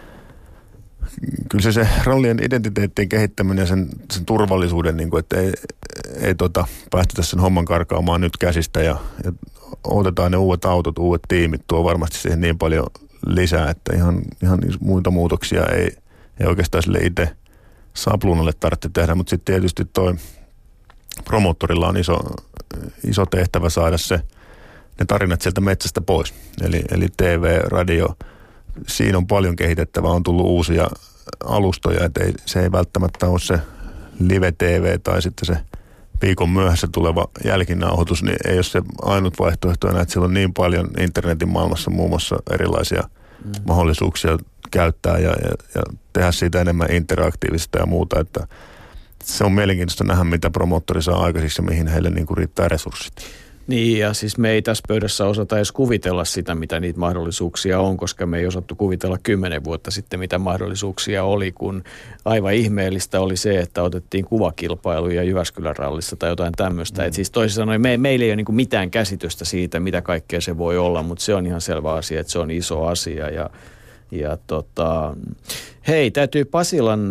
kyllä se, se rallien identiteettien kehittäminen ja sen, sen turvallisuuden, niin kuin, että ei, ei tota, päästetä sen homman karkaamaan nyt käsistä ja, ja otetaan ne uudet autot, uudet tiimit, tuo varmasti siihen niin paljon lisää, että ihan, ihan muita muutoksia ei, ei oikeastaan sille itse sapluunalle tarvitse tehdä, mutta sitten tietysti toi promoottorilla on iso, iso tehtävä saada se, ne tarinat sieltä metsästä pois, eli, eli T V, radio, siinä on paljon kehitettävää, on tullut uusia alustoja, että ei, se ei välttämättä ole se live-T V tai sitten se viikon myöhässä tuleva jälkinauhoitus, niin ei ole se ainut vaihtoehto enää, että siellä on niin paljon internetin maailmassa muun muassa erilaisia mm. mahdollisuuksia käyttää ja, ja, ja tehdä siitä enemmän interaktiivista ja muuta, että se on mielenkiintoista nähdä, mitä promoottori saa aikaiseksi ja mihin heille niin kuin riittää resurssit. Niin, ja siis me ei tässä pöydässä osata edes kuvitella sitä, mitä niitä mahdollisuuksia on, koska me ei osattu kuvitella kymmenen vuotta sitten, mitä mahdollisuuksia oli, kun aivan ihmeellistä oli se, että otettiin kuvakilpailuja Jyväskylän rallissa tai jotain tämmöistä. Mm. Et siis toisin sanoen, me, meillä ei ole niinku mitään käsitystä siitä, mitä kaikkea se voi olla, mutta se on ihan selvä asia, että se on iso asia. Ja, ja tota, hei, täytyy Pasilan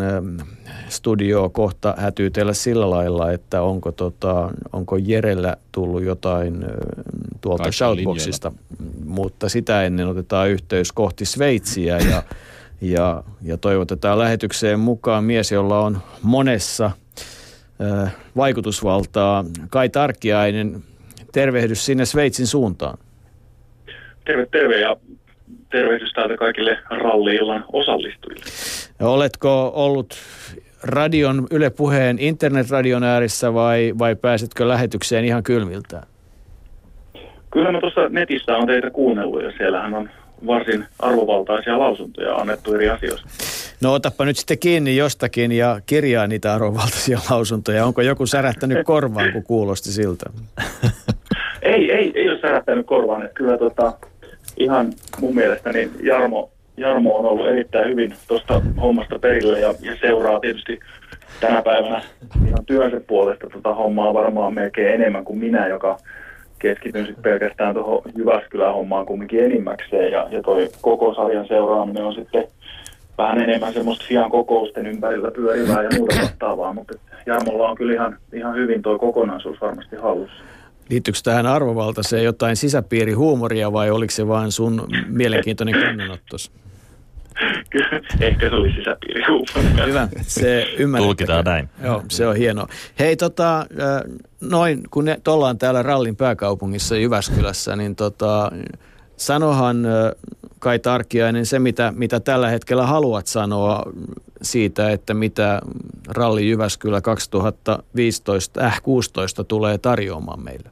studio kohta hätyytellä sillä lailla, että onko, tota, onko Jerellä tullut jotain tuolta Kaikki Shoutboxista, linjoilla. Mutta sitä ennen otetaan yhteys kohti Sveitsiä ja, ja, ja toivotetaan lähetykseen mukaan mies, jolla on monessa äh, vaikutusvaltaa. Kai Tarkkiainen, tervehdys sinne Sveitsin suuntaan. Terve, terve ja tervehdys täältä kaikille ralli-illan osallistujille. Oletko ollut radion, Yle Puheen internetradion äärissä vai, vai pääsetkö lähetykseen ihan kylmiltään? Kyllä mä tuossa netissä on teitä kuunnellut ja siellähän on varsin arvovaltaisia lausuntoja annettu eri asioista. No otappa nyt sitten kiinni jostakin ja kirjaa niitä arvovaltaisia lausuntoja. Onko joku särähtänyt korvaan, kun kuulosti siltä? ei, ei, ei ole särähtänyt korvaan. Että kyllä tota, ihan mun mielestä niin Jarmo, Jarmo on ollut erittäin hyvin tuosta hommasta perillä ja, ja seuraa tietysti tänä päivänä ihan työnsä puolesta tota hommaa varmaan melkein enemmän kuin minä, joka keskityn sitten pelkästään tuohon Jyväskylän hommaan kumminkin enimmäkseen ja, ja toi koko sarjan seuraaminen on sitten vähän enemmän semmoista sian kokousten ympärillä pyörivää ja muuta vastaavaa, mutta Jarmolla on kyllä ihan, ihan hyvin toi kokonaisuus varmasti hallussa. Liittyykö tähän arvovaltaiseen jotain sisäpiirihuumoria vai oliko se vaan sun mielenkiintoinen kannanottos? Kyllä, ehkä se oli sisäpiirihuumoria. Hyvä, se ymmärretään. Tulkitaan näin. Joo, se on hienoa. Hei, tota, noin, kun ne, ollaan täällä rallin pääkaupungissa Jyväskylässä, niin tota, sanohan Kai Tarkkiainen se, mitä, mitä tällä hetkellä haluat sanoa siitä, että mitä ralli Jyväskylä kaksituhattaviisitoista, äh kuusitoista tulee tarjoamaan meille.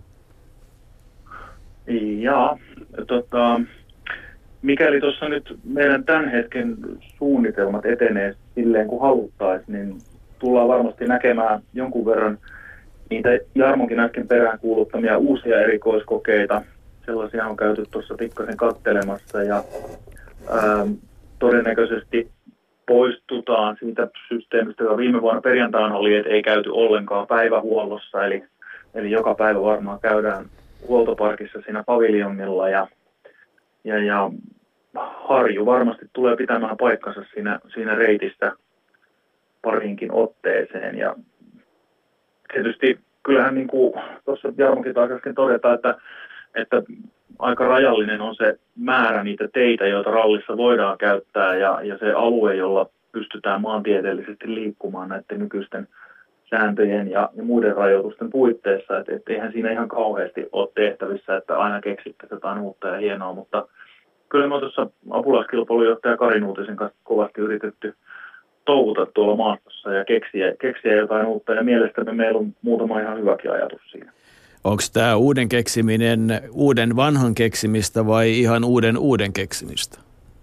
Ja, tota, mikäli tuossa nyt meidän tämän hetken suunnitelmat etenee silleen kuin haluttaisiin, niin tullaan varmasti näkemään jonkun verran niitä Jarmonkin äsken perään kuuluttamia uusia erikoiskokeita. Sellaisia on käyty tuossa pikkasen kattelemassa ja ää, todennäköisesti poistutaan siitä systeemistä, joka viime vuonna perjantaina oli, että ei käyty ollenkaan päivähuollossa, eli, eli joka päivä varmaan käydään huoltoparkissa siinä paviljongilla ja, ja, ja Harju varmasti tulee pitämään paikkansa siinä, siinä reitissä parinkin otteeseen. Ja tietysti kyllähän niin kuin tuossa Jarmokin taas äsken todeta, että, että aika rajallinen on se määrä niitä teitä, joita rallissa voidaan käyttää ja, ja se alue, jolla pystytään maantieteellisesti liikkumaan näiden nykyisten sääntöjen ja, ja muiden rajoitusten puitteissa. Että et eihän siinä ihan kauheasti ole tehtävissä, että aina keksittäisiin jotain uutta ja hienoa, mutta kyllä me on tuossa apulaiskilpailujohtaja Kari Nuutisen kanssa kovasti yritetty touhuta tuolla maastossa ja keksiä, keksiä jotain uutta ja mielestäni meillä on muutama ihan hyväkin ajatus siinä. Onko tämä uuden keksiminen uuden vanhan keksimistä vai ihan uuden uuden keksimistä?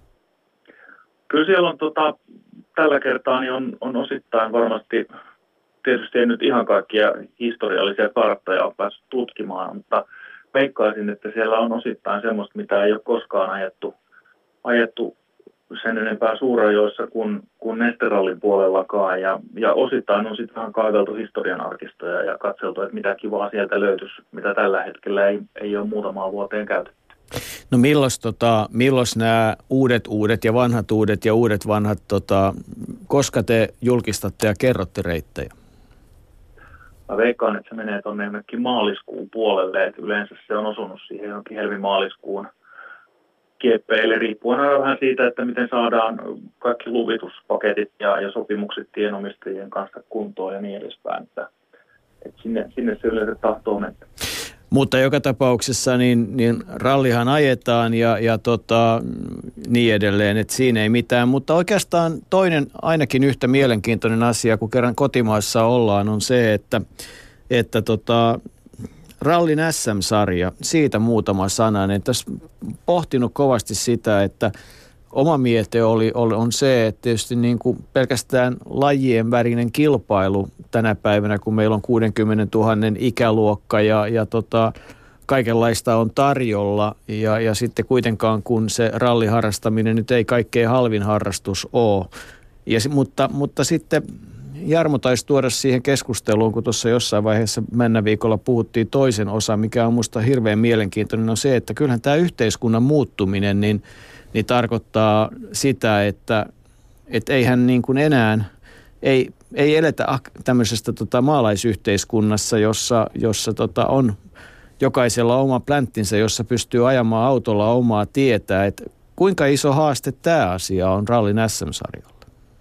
Kyllä siellä on tota, tällä kertaa niin on, on osittain varmasti, tietysti ei nyt ihan kaikkia historiallisia karttoja ole päässyt tutkimaan, mutta veikkaisin, että siellä on osittain semmoista, mitä ei ole koskaan ajettu, ajettu sen enempää suurajoissa kuin, kuin Nesterallin puolellakaan. Ja, ja osittain on sitten vähän kaiveltu historian arkistoja ja katseltu, että mitä kivaa sieltä löytyisi, mitä tällä hetkellä ei, ei ole muutamaan vuoteen käytetty. No milloin tota, nämä uudet uudet ja vanhat uudet ja uudet vanhat, tota, koska te julkistatte ja kerrotte reittejä? Mä veikkaan, että se menee tuonne jonnekin maaliskuun puolelle, että yleensä se on osunut siihen jonkin helmimaaliskuun kieppeille, riippuen aina vähän siitä, että miten saadaan kaikki luvituspaketit ja, ja sopimukset tienomistajien kanssa kuntoon ja niin edespäin, että, että sinne, sinne se yleensä tahtoo mennä. Mutta joka tapauksessa niin, niin rallihan ajetaan ja, ja tota, niin edelleen, että siinä ei mitään. Mutta oikeastaan toinen ainakin yhtä mielenkiintoinen asia, kun kerran kotimaassa ollaan, on se, että, että tota, rallin S M-sarja, siitä muutama sana. En tässä pohtinut kovasti sitä, että oma miete oli, oli, on se, että tietysti niin kuin pelkästään lajien värinen kilpailu tänä päivänä, kun meillä on kuusikymmentätuhatta ikäluokka ja, ja tota, kaikenlaista on tarjolla ja, ja sitten kuitenkaan kun se ralliharrastaminen nyt ei kaikkein halvin harrastus ole. Ja, mutta, mutta sitten Jarmo taisi tuoda siihen keskusteluun, kun tuossa jossain vaiheessa männä viikolla puhuttiin toisen osa, mikä on musta hirveän mielenkiintoinen, on se, että kyllähän tämä yhteiskunnan muuttuminen, niin niin tarkoittaa sitä, että et eihän niin kuin enää, ei, ei eletä tämmöisestä tota maalaisyhteiskunnassa, jossa, jossa tota on jokaisella oma plänttinsä, jossa pystyy ajamaan autolla omaa tietää. Et kuinka iso haaste tämä asia on rallin S M-sarjalla?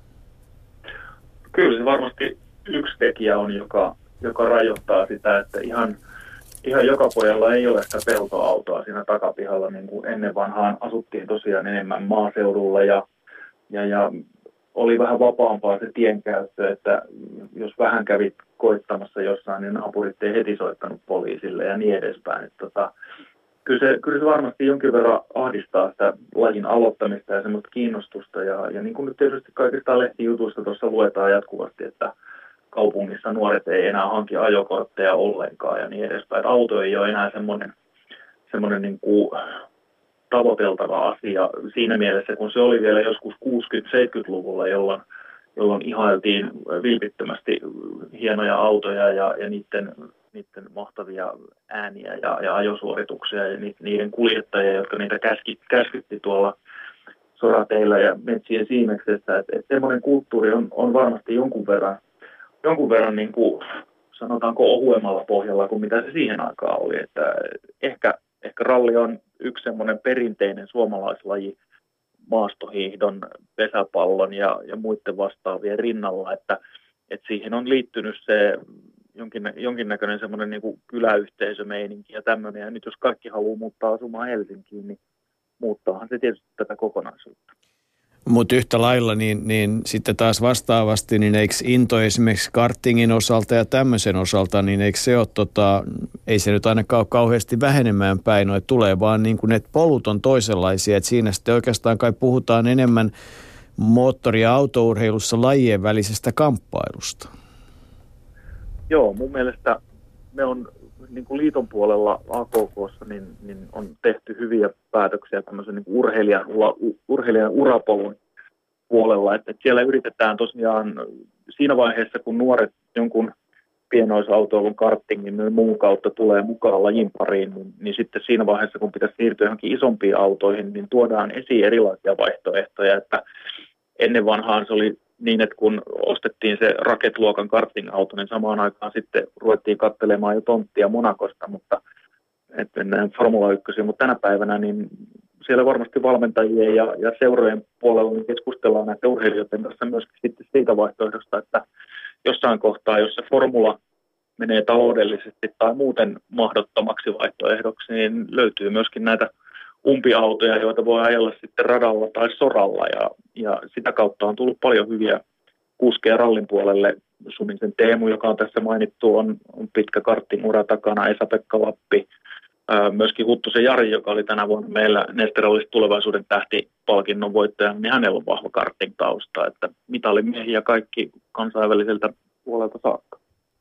Kyllä se varmasti yksi tekijä on, joka, joka rajoittaa sitä, että ihan Ihan joka pojalla ei ole sitä peltoautoa siinä takapihalla, niin kuin ennen vanhaan asuttiin tosiaan enemmän maaseudulla ja, ja, ja oli vähän vapaampaa se tienkäyttö, että jos vähän kävit koittamassa jossain, niin naapurit ei heti soittanut poliisille ja niin edespäin. Että tota, kyllä, se, kyllä se varmasti jonkin verran ahdistaa sitä lajin aloittamista ja semmoista kiinnostusta ja, ja niin kuin nyt tietysti kaikista lehtijutuista tuossa luetaan jatkuvasti, että kaupungissa nuoret ei enää hanki ajokortteja ollenkaan ja niin edespäin. Että auto ei ole enää semmoinen, semmoinen niin kuin tavoiteltava asia siinä mielessä, kun se oli vielä joskus kuusikymmentä-seitsemänkymmentäluvulla, jolloin, jolloin ihailtiin vilpittömästi hienoja autoja ja, ja niiden, niiden mahtavia ääniä ja, ja ajosuorituksia ja niiden kuljettajia, jotka niitä käski, käskytti tuolla sorateillä ja metsien siimeksessä. Että et semmoinen kulttuuri on, on varmasti jonkun verran jonkun verran niin kuin, sanotaanko ohuemmalla pohjalla kuin mitä se siihen aikaan oli. Että ehkä, ehkä ralli on yksi semmoinen perinteinen suomalaislaji maastohiihdon, pesäpallon ja, ja muiden vastaavien rinnalla, että, että siihen on liittynyt se jonkin, jonkinnäköinen semmoinen niin kuin kyläyhteisömeininki ja tämmöinen. Ja nyt jos kaikki haluaa muuttaa asumaan Helsinkiin, niin muuttaahan se tietysti tätä kokonaisuutta. Mutta yhtä lailla, niin, niin sitten taas vastaavasti, niin eikö into esimerkiksi kartingin osalta ja tämmöisen osalta, niin eikö se ole, tota, ei se nyt ainakaan ole kauheasti vähenemään päin, no, että tulee vaan niin kuin ne polut on toisenlaisia, että siinä sitten oikeastaan kai puhutaan enemmän moottori- ja autourheilussa lajien välisestä kamppailusta. Joo, mun mielestä me on niin kuin liiton puolella A K K:ssa niin, niin on tehty hyviä päätöksiä tämmöisen niin kuin urheilijan, urheilijan urapolun puolella. Että, että siellä yritetään tosiaan siinä vaiheessa, kun nuoret jonkun pienoisautoilun kartingin ja muun kautta tulee mukaan lajin pariin, niin, niin sitten siinä vaiheessa, kun pitäisi siirtyä johonkin isompiin autoihin, niin tuodaan esiin erilaisia vaihtoehtoja, että ennen vanhaan se oli niin, että kun ostettiin se Rocket-luokan karting-auto, niin samaan aikaan sitten ruvettiin katselemaan jo tonttia Monacosta, mutta että Formula yksi, mutta tänä päivänä niin siellä varmasti valmentajien ja, ja seurojen puolella niin keskustellaan näiden urheilijoiden kanssa myöskin sitten siitä vaihtoehdosta, että jossain kohtaa, jos se formula menee taloudellisesti tai muuten mahdottomaksi vaihtoehdoksi, niin löytyy myöskin näitä umpiautoja, joita voi ajella sitten radalla tai soralla, ja, ja sitä kautta on tullut paljon hyviä kuskeja rallin puolelle. Sumisen Teemu, joka on tässä mainittu, on, on pitkä karttingura takana, Esa-Pekka Lappi, ää, myöskin Huttusen Jari, joka oli tänä vuonna meillä Neste-rallissa tulevaisuuden tähtipalkinnon voittaja, niin hänellä on vahva karting-tausta, että mitalimiehiä kaikki kansainväliseltä puolelta saakka.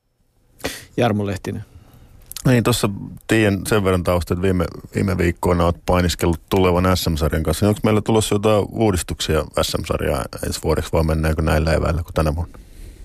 Jarmo Lehtinen. Niin, tuossa tiedän sen verran tausta, että viime, viime viikkoina olet painiskellut tulevan S M-sarjan kanssa. Onko meillä tulossa jotain uudistuksia S M-sarjaa ensi vuodeksi, vai mennäänkö näillä eväillä kuin tänä vuonna?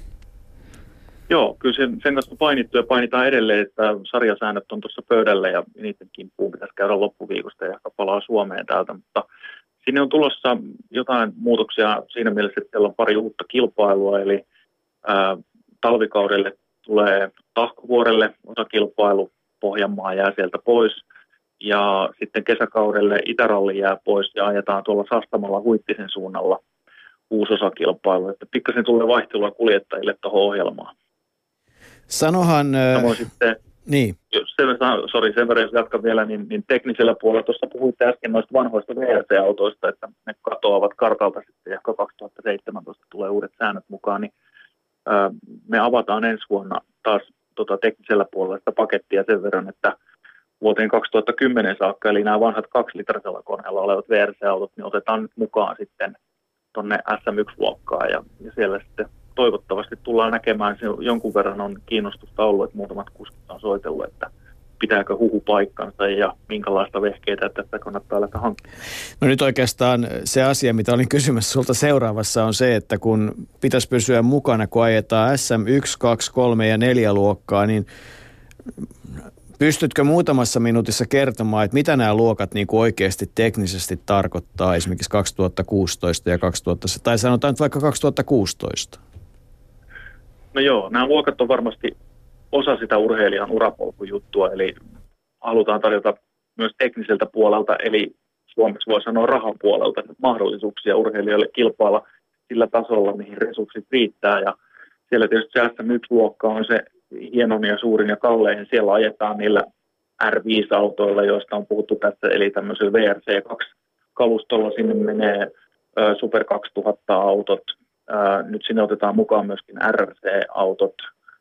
Joo, kyllä sen, sen kanssa on painittu ja painitaan edelleen, että sarjasäännöt on tuossa pöydällä ja niiden kimppuun pitäisi käydä loppuviikosta ja ehkä palaa Suomeen täältä, mutta sinne on tulossa jotain muutoksia siinä mielessä, että on pari uutta kilpailua, eli ää, talvikaudelle tulee Tahkovuorelle osakilpailu, Pohjanmaa jää sieltä pois, ja sitten kesäkaudelle Itäralli jää pois ja ajetaan tuolla Sastamalla Huittisen suunnalla uusi osakilpailu, että pikkasen tulee vaihtelua kuljettajille tuohon ohjelmaan. Sanohan... Samoin sitten, niin. jos sen, sorry, sen verran jos jatkan vielä, niin, niin teknisellä puolella, tuossa puhuitte äsken noista vanhoista V R C-autoista, että ne katoavat kartalta sitten, ehkä kaksituhattaseitsemäntoista tulee uudet säännöt mukaan, niin ää, me avataan ensi vuonna taas tota, teknisellä puolella sitä pakettia sen verran, että vuoteen kaksituhattakymmenen saakka, eli nämä vanhat kaksilitrasella koneella olevat V R C-autot, niin otetaan nyt mukaan sitten tuonne S M yksi-luokkaan, ja, ja siellä sitten toivottavasti tullaan näkemään, se jonkun verran on kiinnostusta ollut, että muutamat kuskit on soitellut, että pitääkö huhu paikkansa ja minkälaista vehkeitä tästä kannattaa alkaa hankkia. No nyt oikeastaan se asia, mitä olin kysymässä sulta seuraavassa, on se, että kun pitäisi pysyä mukana, kun ajetaan S M yksi, kaksi, kolme ja neljä luokkaa, niin pystytkö muutamassa minuutissa kertomaan, että mitä nämä luokat niin kuin oikeasti teknisesti tarkoittaa esimerkiksi kaksituhattakuusitoista ja kaksituhatta, tai sanotaan nyt vaikka kaksituhattakuusitoista? No joo, nämä luokat on varmasti osa sitä urheilijan urapolkujuttua, eli halutaan tarjota myös tekniseltä puolelta, eli suomeksi voi sanoa rahan puolelta mahdollisuuksia urheilijoille kilpailla sillä tasolla, mihin resurssit riittää, ja siellä tietysti se S M yksi-luokka on se hienon ja suurin ja kallein, siellä ajetaan niillä R viisi-autoilla, joista on puhuttu tässä, eli tämmöisellä V R C kaksi-kalustolla sinne menee ö, Super kaksituhatta-autot, ö, nyt sinne otetaan mukaan myöskin R R C-autot,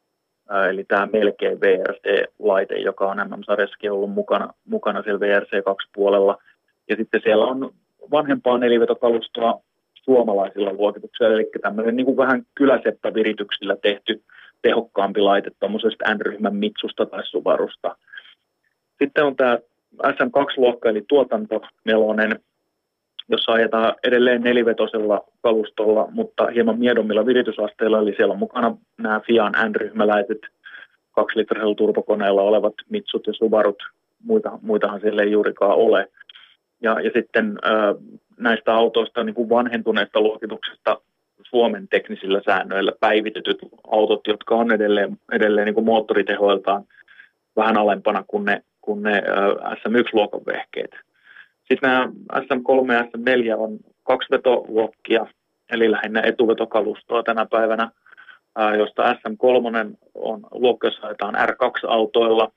ö, eli tämä melkein V R C-laite, joka on M M-sarjassakin ollut mukana, mukana siellä V R C kaksi-puolella, ja sitten siellä on vanhempaa nelivetokalustoa suomalaisilla luokituksilla, eli tämmöinen niin kuin vähän kyläseppä-virityksillä tehty tehokkaampi laite tuommoisesta N-ryhmän Mitsusta tai Subarusta. Sitten on tämä S M kaksi-luokka, eli tuotantonelonen, jossa ajetaan edelleen nelivetoisella kalustolla, mutta hieman miedommilla viritysasteilla, eli siellä on mukana nämä Fian N-ryhmäläiset kaksilitrasella turbokoneella olevat Mitsut ja Subarut, muita, muitahan siellä ei juurikaan ole. Ja, ja sitten äh, näistä autoista niin kuin vanhentuneesta luokituksesta Suomen teknisillä säännöillä päivitetyt autot, jotka on edelleen, edelleen niin kuin moottoritehoiltaan vähän alempana kuin ne, kuin ne äh, S M yksi-luokan vehkeet. Sitten nämä S M kolme ja S M neljä on kaksivetoluokkia, eli lähinnä etuvetokalustoa tänä päivänä, äh, josta S M kolme on luokka, jossa ajetaan R kaksi-autoilla,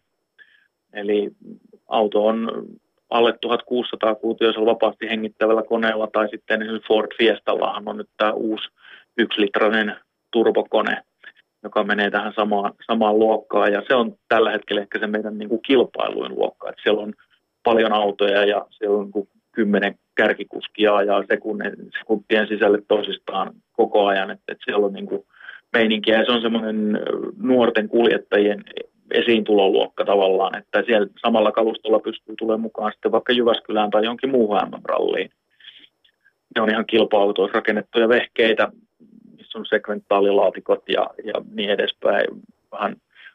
eli auto on alle tuhatkuusisataa kuutioisella vapaasti hengittävällä koneella, tai sitten esimerkiksi Ford Fiestallahan on nyt tämä uusi yksilitrainen turbokone, joka menee tähän samaan, samaan luokkaan, ja se on tällä hetkellä ehkä se meidän niin kuin kilpailuin luokka, että siellä on paljon autoja, ja siellä on niin kuin kymmenen kärkikuskia ajaa sekunnin, sekuntien sisälle toisistaan koko ajan, että, että siellä on niin kuin meininkiä, ja se on semmoinen nuorten kuljettajien esiintuloluokka tavallaan, että siellä samalla kalustolla pystyy tulemaan mukaan sitten vaikka Jyväskylään tai jonkin muuhun M M-ralliin. Ne on ihan kilpa-autoissa rakennettuja vehkeitä, missä on sekventaalilaatikot ja, ja niin edespäin. Vähän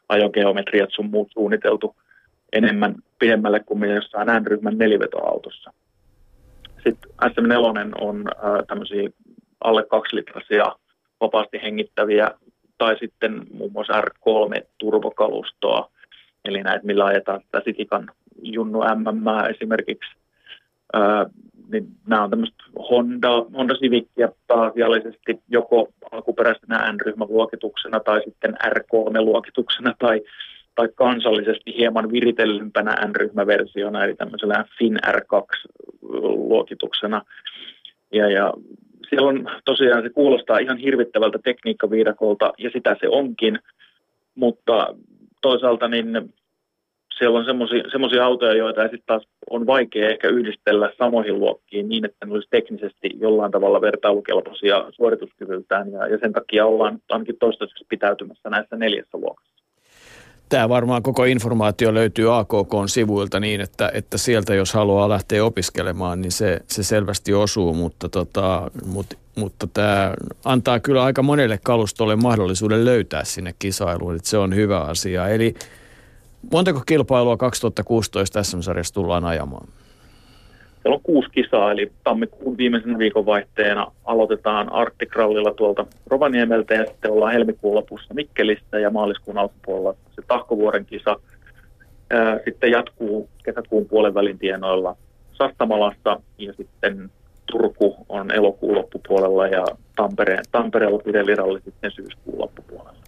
ajogeometriat sun muut suunniteltu enemmän pidemmälle kuin jossain N-ryhmän nelivetoautossa. Sitten S M neljä on äh, tämmöisiä alle kaksilitraisia vapaasti hengittäviä tai sitten muun muassa R kolme turbokalustoa, eli näitä, millä ajetaan sitä Sitikan Junnu M M esimerkiksi. Ää, niin nämä on tämmöistä Honda, Honda Civicia pääasiallisesti joko alkuperäisenä N-ryhmäluokituksena tai sitten R kolme luokituksena tai, tai kansallisesti hieman viritellympänä N-ryhmäversiona, eli tämmöisellä Fin R kaksi luokituksena. Ja, ja siellä on tosiaan, se kuulostaa ihan hirvittävältä tekniikkaviidakolta, ja sitä se onkin, mutta toisaalta niin siellä on semmoisia autoja, joita sitten taas on vaikea ehkä yhdistellä samoihin luokkiin niin, että ne olisi teknisesti jollain tavalla vertailukelpoisia suorituskyvyltään, ja, ja sen takia ollaan ainakin toistaiseksi pitäytymässä näissä neljässä luokassa. Tämä varmaan koko informaatio löytyy A K K:n sivuilta niin, että, että sieltä jos haluaa lähteä opiskelemaan, niin se, se selvästi osuu, mutta, tota, mutta, mutta tämä antaa kyllä aika monelle kalustolle mahdollisuuden löytää sinne kisailuun, että se on hyvä asia. Eli montako kilpailua kaksituhattakuusitoista S M-sarjassa tullaan ajamaan? Siellä on kuusi kisaa, eli tammikuun viimeisen viikonvaihteena aloitetaan Arctic Rallylla tuolta Rovaniemeltä ja sitten ollaan helmikuun lopussa Mikkelistä ja maaliskuun alkupuolella se Tahkovuoren kisa. Ää, sitten jatkuu kesäkuun puolen välin tienoilla Sastamalassa ja sitten Turku on elokuun loppupuolella ja Tampereen, Tampereella Pirelli-ralli sitten syyskuun loppupuolella.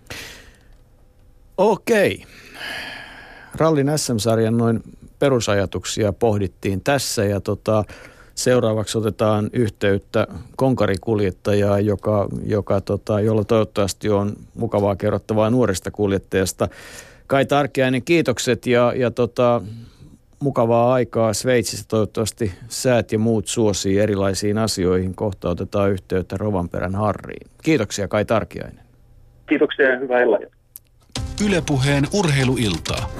Okei. Rallin S M-sarjan noin perusajatuksia pohdittiin tässä ja tota, seuraavaksi otetaan yhteyttä konkarikuljettajaa, joka, joka, tota, jolla toivottavasti on mukavaa kerrottavaa nuoresta kuljettajasta. Kai Tarkiainen, kiitokset ja, ja tota, mukavaa aikaa Sveitsissä. Toivottavasti säät ja muut suosii erilaisiin asioihin. Kohta otetaan yhteyttä Rovanperän Harriin. Kiitoksia Kai Tarkiainen. Kiitoksia ja hyvää iltaa. Yle Puheen urheiluiltaa.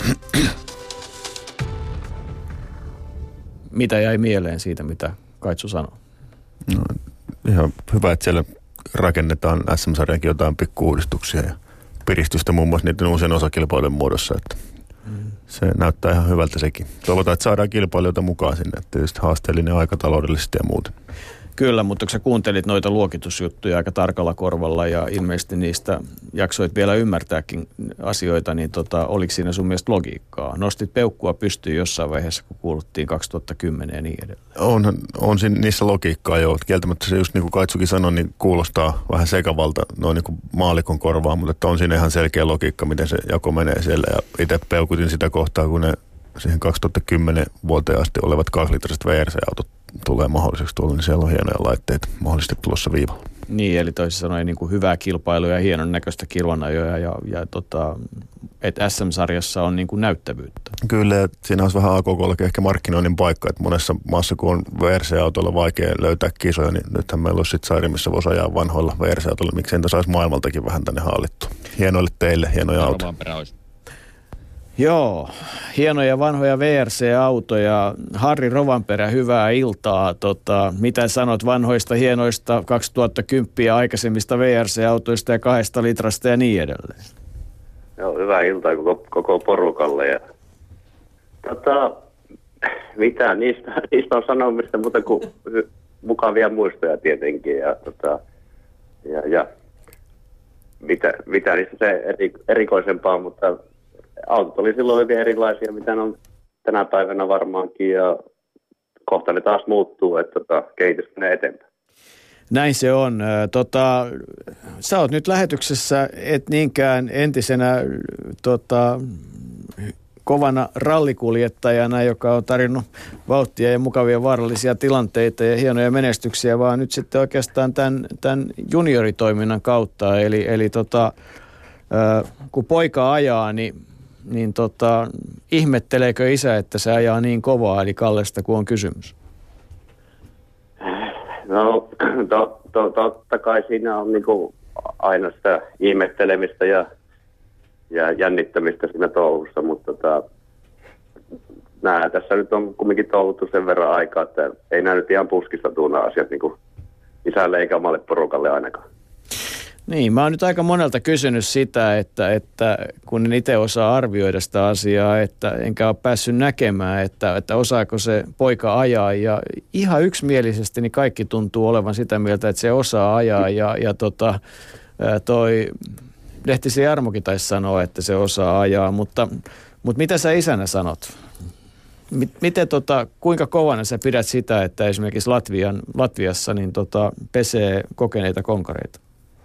Mitä jäi mieleen siitä, mitä Kaitsu sanoi? No, ihan hyvä, että siellä rakennetaan S M-sarjankin jotain pikku-uudistuksia ja piristystä muun muassa niiden uusien osakilpailujen muodossa. Että mm. Se näyttää ihan hyvältä sekin. Toivotaan, että saadaan kilpailijoita mukaan sinne. Että tietysti haasteellinen aika taloudellisesti ja muuten. Kyllä, mutta kun sä kuuntelit noita luokitusjuttuja aika tarkalla korvalla ja ilmeisesti niistä jaksoit vielä ymmärtääkin asioita, niin tota, oliko siinä sun mielestä logiikkaa? Nostit peukkua pystyyn jossain vaiheessa, kun kuuluttiin kaksituhattakymmenen ja niin edelleen. Onhan, on siinä, niissä logiikkaa jo. Kieltämättä se just niin kuin Kaitsukin sanoi, niin kuulostaa vähän sekavalta noin niin kuin maalikon korvaan, mutta on siinä ihan selkeä logiikka, miten se jako menee siellä. Ja itse peukutin sitä kohtaa, kun ne siihen kaksituhattakymmenen vuoteen asti olevat kaksilitraiset V R C-autot tulee mahdolliseksi tuolla, niin siellä on hienoja laitteita mahdollisesti tulossa viivalla. Niin, eli toisin sanoen niin kuin hyvää kilpailua ja hienon näköistä kilvanajoja ja, ja tota, että S M-sarjassa on niin kuin näyttävyyttä. Kyllä, ja siinä olisi vähän A K K:llakin ehkä markkinoinnin paikka, että monessa maassa, kun on V R C-autolla vaikea löytää kisoja, niin nythän meillä olisi sitten Sairi, missä voisi ajaa vanhoilla V R C-autolla, miksei entä saisi maailmaltakin vähän tänne haalittua. Hienoille teille, hienoja autoja. Joo, hienoja vanhoja V R C-autoja. Harri Rovanperä, hyvää iltaa. Tota, mitä sanot vanhoista hienoista kaksituhattakymmenen aikaisemmista V R C-autoista ja kahdesta litrasta ja niin edelleen? Joo, hyvää iltaa koko, koko porukalle. Ja, tota, mitä niistä, niistä on sanomista, mutta kuin mukavia muistoja tietenkin. Ja, tota, ja, ja mitä, mitä niistä se eri, erikoisempaa, mutta autot oli silloin hyvin erilaisia, mitä ne on tänä päivänä varmaankin, ja kohta ne taas muuttuu, että tota, kehitys menee eteenpäin. Näin se on. Tota, sä oot nyt lähetyksessä, et niinkään entisenä tota, kovana rallikuljettajana, joka on tarjonnut vauhtia ja mukavia vaarallisia tilanteita ja hienoja menestyksiä, vaan nyt sitten oikeastaan tämän, tämän junioritoiminnan kautta. Eli, eli tota, kun poika ajaa, niin niin tota, ihmetteleekö isä, että se ajaa niin kovaa, eli Kallesta, kun on kysymys? No, to, to, totta kai siinä on niin kuin aina sitä ihmettelemistä ja, ja jännittämistä siinä touhussa, mutta tota, nää, tässä nyt on kumminkin touhuttu sen verran aikaa, että ei nämä nyt ihan puskista tuu nämä asiat niin kuin isälle eikä omalle porukalle ainakaan. Niin, mä oon nyt aika monelta kysynyt sitä, että, että kun en itse osaa arvioida sitä asiaa, että enkä ole päässyt näkemään, että, että osaako se poika ajaa. Ja ihan yksimielisesti niin kaikki tuntuu olevan sitä mieltä, että se osaa ajaa. Ja, ja tota, toi Lehtisen Jarmokin taisi sanoa, että se osaa ajaa, mutta, mutta mitä sä isänä sanot? Miten, tota, kuinka kovana sä pidät sitä, että esimerkiksi Latvian, Latviassa niin tota, pesee kokeneita konkareita?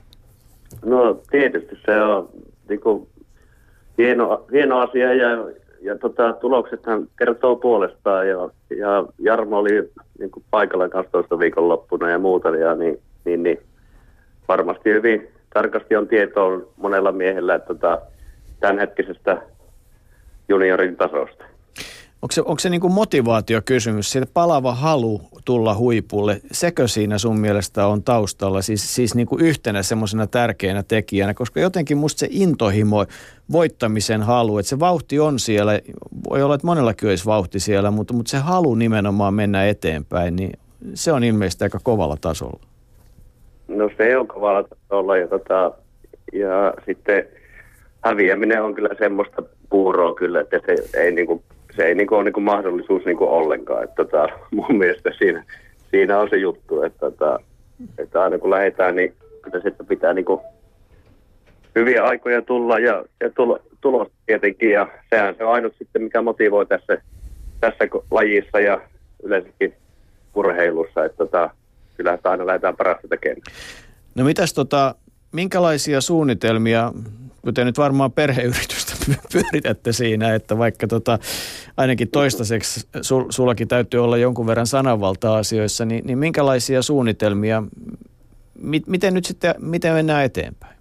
No tietysti se on niin kuin, hieno, hieno asia ja, ja tota, tuloksethan kertoo puolestaan ja, ja Jarmo oli niin kuin paikalla kaksitoista viikonloppuna ja muuta ja niin, niin, niin varmasti hyvin tarkasti on tietoa monella miehellä että, tota, tämänhetkisestä juniorin tasosta. Onko se, onko se niin kuin motivaatiokysymys, siitä palava halu tulla huipulle, sekö siinä sun mielestä on taustalla, siis, siis niin kuin yhtenä semmoisena tärkeänä tekijänä, koska jotenkin musta se intohimo, voittamisen halu, että se vauhti on siellä, voi olla, että monellakin olisi vauhti siellä, mutta, mutta se halu nimenomaan mennä eteenpäin, niin se on ilmeisesti aika kovalla tasolla. No se on kovalla tasolla ja, tota, ja sitten häviäminen on kyllä semmoista puuroa kyllä, että se ei niin kuin Se ei niinku ole niinku mahdollisuus niinku ollenkaan. Että tota, mun mielestä siinä, siinä on se juttu, että, tota, että aina kun lähdetään, niin kyllä sitten pitää niinku hyviä aikoja tulla ja, ja tulo, tulos tietenkin. Ja sehän se on ainut sitten, mikä motivoi tässä, tässä lajissa ja yleensäkin urheilussa. Että tota, kyllähän aina lähdetään parasta tekemään. No mitäs tota, minkälaisia suunnitelmia, kuten nyt varmaan perheyritystä pyöritätte siinä, että vaikka tota, ainakin toistaiseksi sul, sullakin täytyy olla jonkun verran sananvaltaa asioissa, niin, niin minkälaisia suunnitelmia, mi, miten nyt sitten, miten mennään eteenpäin?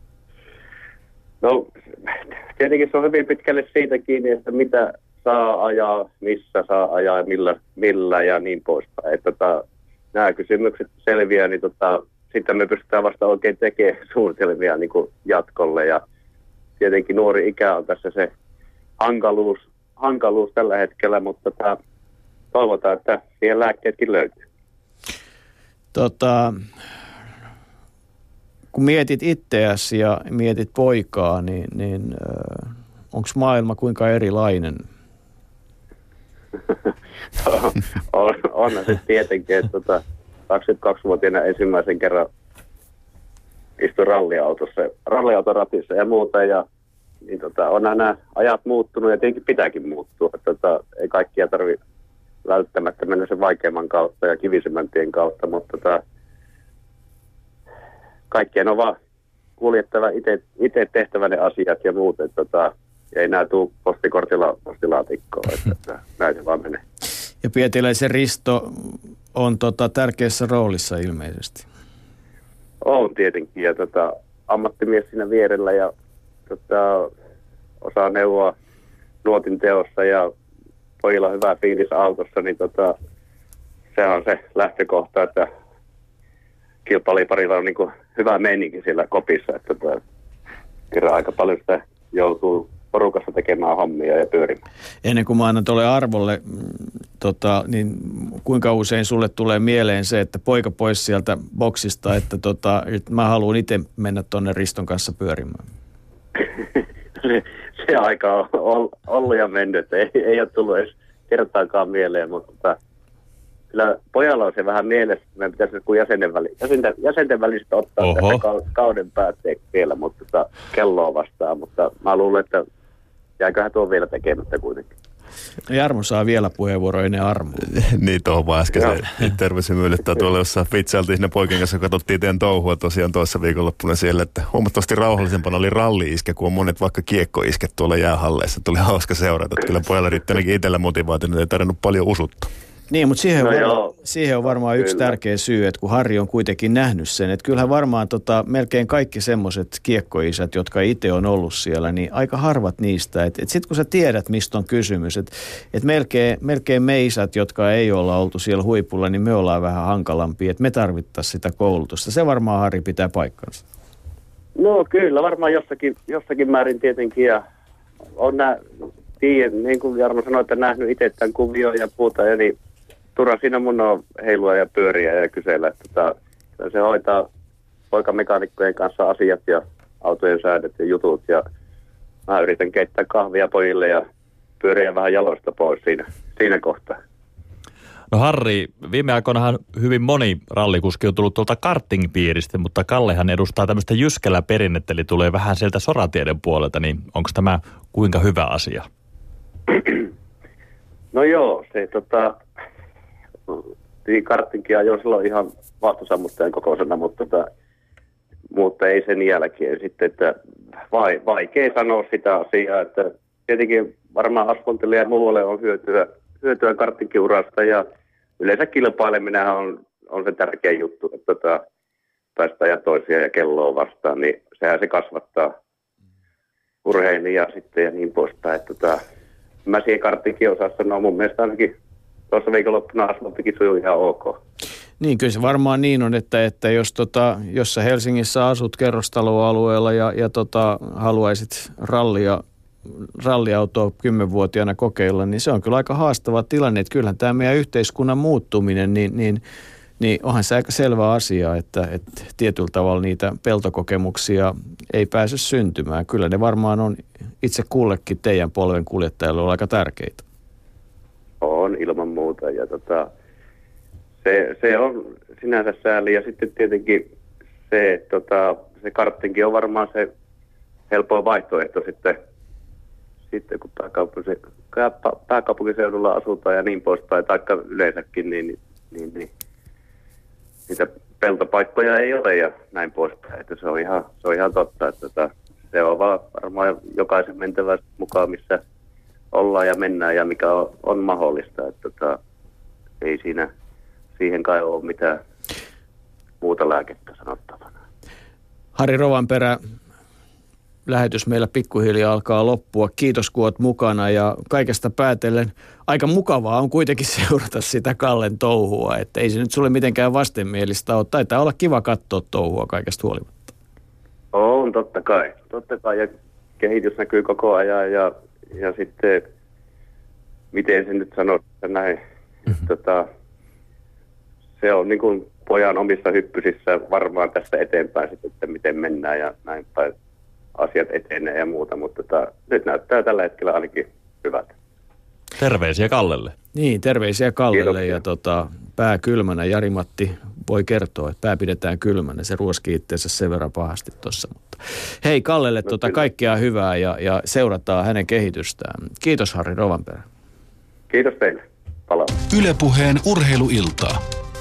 No tietenkin se on hyvin pitkälle siitä kiinni, että mitä saa ajaa, missä saa ajaa, millä, millä ja niin poispäin. Että tota, nämä kysymykset selviää, niin tota, sitten me pystytään vasta oikein tekemään suunnitelmia niin kuin jatkolle ja tietenkin nuori ikä on tässä se hankaluus, hankaluus tällä hetkellä, mutta tota, toivotaan, että siihen lääkkeetkin löytyy. Tota, kun mietit itseäsi ja mietit poikaa, niin, niin äh, onko maailma kuinka erilainen? on, onhan se tietenkin, että tota, kaksikymmentäkaksivuotiaana ensimmäisen kerran istuin ralliautossa, ralliautoratissa ja muuta, ja niin tota, onhan nämä ajat muuttunut ja tietenkin pitääkin muuttua. Tota, ei kaikkia tarvitse välttämättä mennä sen vaikeamman kautta ja kivisemmän tien kautta, mutta tota, kaikkien on vaan kuljettava itse tehtävä ne asiat ja muut, että tota, ei nämä tule postikortilla postilaatikkoon, että, että näin se vaan menee. Ja Pietiläisen Risto on tota, tärkeässä roolissa ilmeisesti. On tietenkin ja tota, ammattimies siinä vierellä ja tota, osaa neuvoa nuotin teossa ja pojilla on hyvä fiilis autossa, niin tota, se on se lähtökohta, että kilpailijaparilla on niin kuin hyvä meininki siellä kopissa, että tota, kyllä aika paljon sitä joutuu porukassa tekemään hommia ja pyörimään. Ennen kuin mä annan tuolle Arvolle, tota, niin kuinka usein sulle tulee mieleen se, että poika pois sieltä boksista, että, tota, että mä haluan itse mennä tuonne Riston kanssa pyörimään? se, se aika on ollut ja mennyt, ei, ei ole tullut edes kertaakaan mieleen, mutta tota, kyllä pojalla on se vähän mielessä, että meidän pitäisi kun jäsenten, väli, jäsenten, jäsenten välistä ottaa Oho. tästä kauden päätteeksi vielä, mutta tota, kelloa vastaan, mutta mä luulen, että jääköhän tuo vielä tekemättä kuitenkin. No Jarmo saa vielä puheenvuoro ennen Armoa. Niin tuohon vaan äsken se terveyshymyilyttää tuolla, jossa vitsailtiin sinne poikien kanssa, katsottiin teidän touhua tosiaan toissa viikonloppuna siellä, että huomattavasti rauhallisempana oli ralli-iske, kun on monet vaikka kiekko-isket tuolla jäähalleissa. Tuli hauska seurata, että kyllä pojalla riitti ainakin itsellä motivaatio, ei tarvinnut paljon usuttaa. Niin, mutta siihen, No on, joo. siihen on varmaan yksi Kyllä. tärkeä syy, että kun Harri on kuitenkin nähnyt sen, että kyllähän varmaan tota, melkein kaikki semmoiset kiekkoisät, jotka itse on ollut siellä, niin aika harvat niistä. Että et sitten kun sä tiedät, mistä on kysymys, että et melkein, melkein me isät, jotka ei olla oltu siellä huipulla, niin me ollaan vähän hankalampia, että me tarvittaisiin sitä koulutusta. Se varmaan Harri pitää paikkansa. No kyllä, varmaan jossakin, jossakin määrin tietenkin ja on nää, tiedän, niin kuin Jarmo sanoi, että nähnyt itse tämän kuvion ja puuta ja niin turha siinä mun on heilua ja pyöriä ja kysellä, että tota, se hoitaa, poikamekaanikkojen kanssa asiat ja autojen säädöt ja jutut. Ja mä yritän keittää kahvia pojille ja pyöriä vähän jaloista pois siinä, siinä kohtaa. No Harri, viime aikoinahan hyvin moni rallikuski on tullut tuolta karting-piiristä, mutta Kallehan edustaa tämmöistä jyskelä perinnettä, eli tulee vähän sieltä soratieden puolelta, niin onko tämä kuinka hyvä asia? No joo, se tota, kartingia ajoin silloin ihan vaahtosammuttajan kokoisena, mutta, tota, mutta ei sen jälkeen sitten, että vai, vaikea sanoa sitä asiaa, että tietenkin varmaan asfaltille ja muualle on hyötyä, hyötyä kartinkiurasta ja yleensä kilpaileminen on, on se tärkeä juttu, että tota, päästään ja toisia ja kelloa vastaan, niin sehän se kasvattaa urheilijaa sitten ja niin poispäin. Että tota, mä siihen kartinkin osaan sanoa, mun mielestä ainakin tuossa viikonloppuna asfalttikin sujuu ihan ok. Niin, kyllä se varmaan niin on, että, että jos, tota, jos sä Helsingissä asut kerrostaloalueella ja, ja tota, haluaisit rallia, ralliautoa kymmenvuotiaana kokeilla, niin se on kyllä aika haastava tilanne. Että kyllähän tämä meidän yhteiskunnan muuttuminen, niin, niin, niin onhan se aika selvä asia, että, että tietyllä tavalla niitä peltokokemuksia ei pääse syntymään. Kyllä ne varmaan on itse kullekin teidän polven kuljettajille on aika tärkeitä. On ilman muuta ja tota, se, se on sinänsä sääli ja sitten tietenkin se, että tota, se karttinkin on varmaan se helpoin vaihtoehto sitten, sitten kun pääkaupunki, pääkaupunkiseudulla asutaan ja niin poispäin, taikka yleensäkin, niin, niin, niin niitä peltopaikkoja ei ole ja näin poispäin. Että se on ihan, se on ihan totta, että tota, se on vaan varmaan jokaisen mentävä mukaan, missä ollaan ja mennään ja mikä on, on mahdollista. Että tota, ei siinä siihen kai ole mitään muuta lääkettä sanottavana. Harri Rovanperä, lähetys meillä pikkuhiljaa alkaa loppua. Kiitos, kun olet mukana ja kaikesta päätellen aika mukavaa on kuitenkin seurata sitä Kallen touhua. Että ei se nyt sulle mitenkään vastenmielistä ole. Taitaa olla kiva katsoa touhua kaikesta huolimatta. On, totta kai. Totta kai ja kehitys näkyy koko ajan ja, ja sitten miten se nyt sanoo näin. Mm-hmm. Tota, se on niin kuin pojan omissa hyppysissä varmaan tästä eteenpäin sitten, että miten mennään ja näin päin. Asiat etenee ja muuta, mutta tota, nyt näyttää tällä hetkellä ainakin hyvältä. Terveisiä Kallelle. Niin, terveisiä Kallelle. Kiitoksia. Ja tota, pää kylmänä. Jari-Matti voi kertoa, että pää pidetään kylmänä. Se ruoskii itseensä sen verran pahasti tuossa. Mutta hei Kallelle no, tota, kaikkea hyvää ja, ja seurataan hänen kehitystään. Kiitos Harri Rovanperä. Kiitos teille. Palaa. Yle Puheen urheiluiltaa.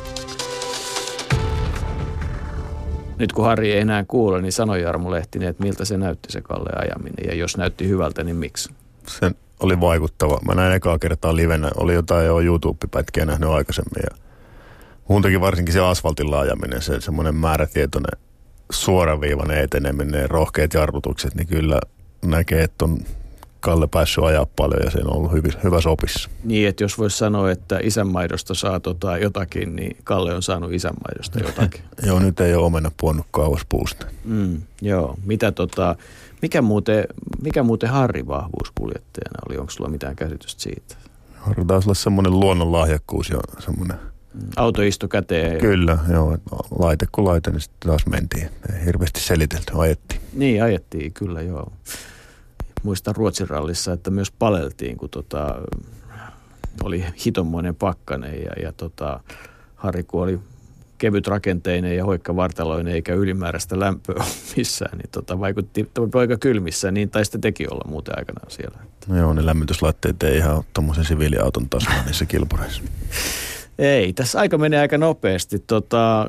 Nyt kun Harri ei enää kuule, niin sanoi Jarmo Lehtinen, että miltä se näytti se Kalle ajaminen. Ja jos näytti hyvältä, niin miksi? Se oli vaikuttava. Mä näin ekaa kertaa livenä. Oli jotain jo YouTube-pätkiä nähnyt aikaisemmin. Ja muutenkin varsinkin se asfaltilla ajaminen, se semmoinen määrätietoinen suoraviivainen eteneminen, rohkeat jarrutukset, niin kyllä näkee, että on Kalle päässyt ajaa paljon ja se on ollut hyvin, hyvä sopissa. Niin, että jos voisi sanoa, että isänmaidosta saa tota jotakin, niin Kalle on saanut isänmaidosta jotakin. Joo, nyt ei ole omena puonnut kauas puusta. Mm, joo, mitä tota, mikä muuten, mikä muuten Harri vahvuuskuljettajana oli? Onko sulla mitään käsitystä siitä? Harri taas olla semmoinen luonnonlahjakkuus ja semmoinen. Auto istui käteen. Kyllä, joo. Laite kun laite, niin sitten taas mentiin. Ei hirveästi selitelty, ajettiin. Niin, ajettiin kyllä, joo. Muistan Ruotsin rallissa, että myös paleltiin, kun tota, oli hitonmoinen pakkanen ja, ja tota, Harri, kun oli kevytrakenteinen ja hoikkavartaloinen eikä ylimääräistä lämpöä missään, niin tota, vaikutti aika kylmissä, niin tai sitten teki olla muuten aikanaan siellä. No joo, ne lämmityslaitteet ei ihan ole tommoisen siviiliauton tasolla niissä kilpureissa. Ei, tässä aika menee aika nopeasti. Tota,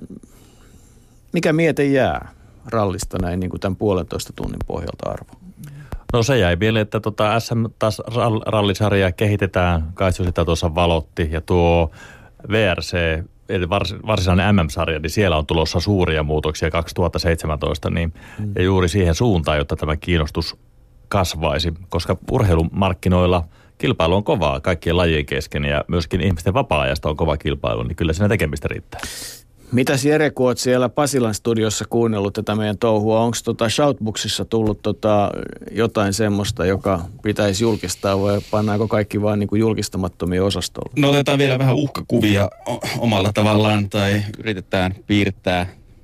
mikä miete jää rallista näin niin kuin tämän puolentoista tunnin pohjalta arvo? No se jäi vielä, että tota S M-rallisarjaa kehitetään, Kaitsu sitä tuossa valotti, ja tuo V R C, eli vars, varsinainen M M-sarja, niin siellä on tulossa suuria muutoksia kaksituhattaseitsemäntoista, niin, mm. ja juuri siihen suuntaan, jotta tämä kiinnostus kasvaisi, koska urheilumarkkinoilla kilpailu on kovaa kaikkien lajien kesken, ja myöskin ihmisten vapaa-ajasta on kova kilpailu, niin kyllä siinä tekemistä riittää. Mitäs Jere, kun oot siellä Pasilan studiossa kuunnellut tätä meidän touhua, onko tota Shoutboxissa tullut tota jotain semmoista, joka pitäisi julkistaa vai pannaanko kaikki vaan niin kuin julkistamattomia osastolla? No otetaan vielä vähän uhkakuvia omalla tavallaan tai yritetään piirtää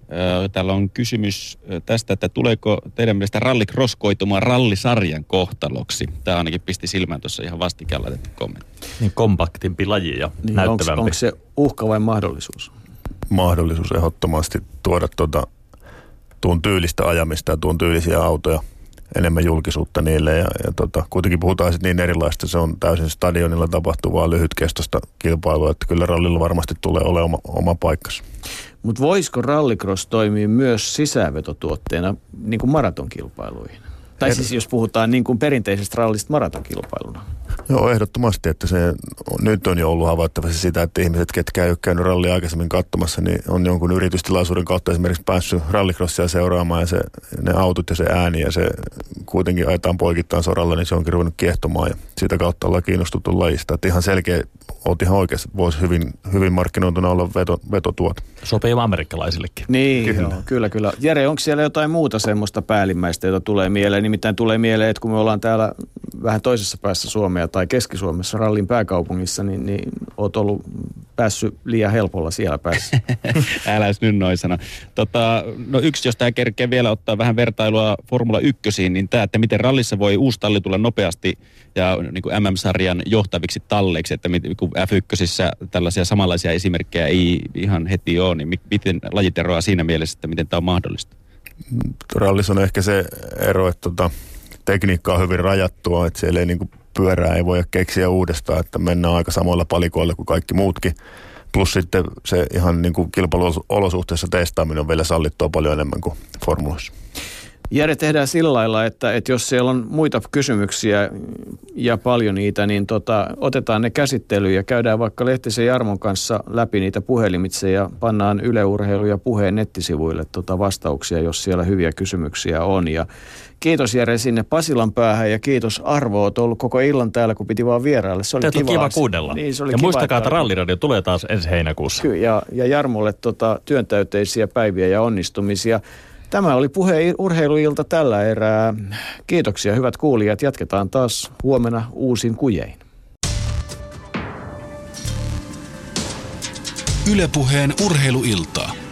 Täällä on kysymys tästä, että tuleeko teidän mielestä rallycross koitumaan rallisarjan kohtaloksi? Tämä ainakin pisti silmään tuossa ihan vastikään laitettu kommentti. Niin kompaktimpi laji ja niin, näyttävämpi. Onko se uhka vai mahdollisuus? Mahdollisuus ehdottomasti tuoda tuota, tuon tyylistä ajamista ja tuon tyylisiä autoja, enemmän julkisuutta niille. Ja, ja tota, kuitenkin puhutaan sitten niin erilaista, se on täysin stadionilla tapahtuvaa lyhytkestoista kilpailua, että kyllä rallilla varmasti tulee olemaan oma, oma paikkansa. Mutta voisiko rallycross toimia myös sisäänvetotuotteena niin kuin maratonkilpailuihin? Tai siis jos puhutaan niin kuin perinteisestä rallista maratonkilpailuna. Joo, ehdottomasti, että se on, nyt on jo ollut havaittavasti sitä, että ihmiset, ketkä ei ole käynyt rallia aikaisemmin katsomassa, niin on jonkun yritystilaisuuden kautta esimerkiksi päässyt rallycrossia seuraamaan ja se, ne autot ja se ääni ja se kuitenkin ajetaan poikittain soralla, niin se onkin ruvennut kiehtomaan ja sitä kautta ollaan kiinnostuttu lajista. Että ihan selkeä, oot ihan oikeasti, että voisi hyvin, hyvin markkinoituna olla veto, vetotuote. Sopii amerikkalaisillekin. Niin, kyllä. Joo, kyllä, kyllä. Jere, onko siellä jotain muuta semmoista päällimmäistä, jota tulee mieleen? Nimittäin tulee mieleen, että kun me ollaan täällä vähän toisessa päässä Suomea tai Keski-Suomessa rallin pääkaupungissa, niin, niin oot ollut päässyt liian helpolla siellä päässä. Älä nyt noin sano. Tota, no yksi, jos tämä kerkee vielä ottaa vähän vertailua Formula ykkösiin, niin tämä, että miten rallissa voi uusi talli tulla nopeasti ja niin kuin M M-sarjan johtaviksi talleiksi, että kun F ykkösissä tällaisia samanlaisia esimerkkejä ei ihan heti ole, niin miten lajit eroaa siinä mielessä, että miten tämä on mahdollista? Rallissa on ehkä se ero, että tota, tekniikka on hyvin rajattua, että siellä ei niin kuin pyörää ei voi keksiä uudestaan, että mennään aika samoilla palikoilla kuin kaikki muutkin. Plus sitten se ihan niin kuin kilpailuolosuhteessa testaaminen on vielä sallittua paljon enemmän kuin formuloissa. Jere, tehdään sillä lailla, että, että jos siellä on muita kysymyksiä ja paljon niitä, niin tota, otetaan ne käsittelyyn ja käydään vaikka Lehtisen Jarmon kanssa läpi niitä puhelimitse ja pannaan Yle Urheilu ja Puheen nettisivuille tota vastauksia, jos siellä hyviä kysymyksiä on. Ja kiitos Jere sinne Pasilan päähän ja kiitos Arvo, olet ollut koko illan täällä, kun piti vaan vieraille. Se oli kiva, kiva kuunnella. Niin, se oli ja kiva, muistakaa, että että Ralliradio tulee taas ensi heinäkuussa. Kyllä, ja, ja Jarmolle tota, työntäyteisiä päiviä ja onnistumisia. Tämä oli Puheen urheiluilta tällä erää. Kiitoksia hyvät kuulijat. Jatketaan taas huomenna uusin kujein. Yle Puheen urheiluilta.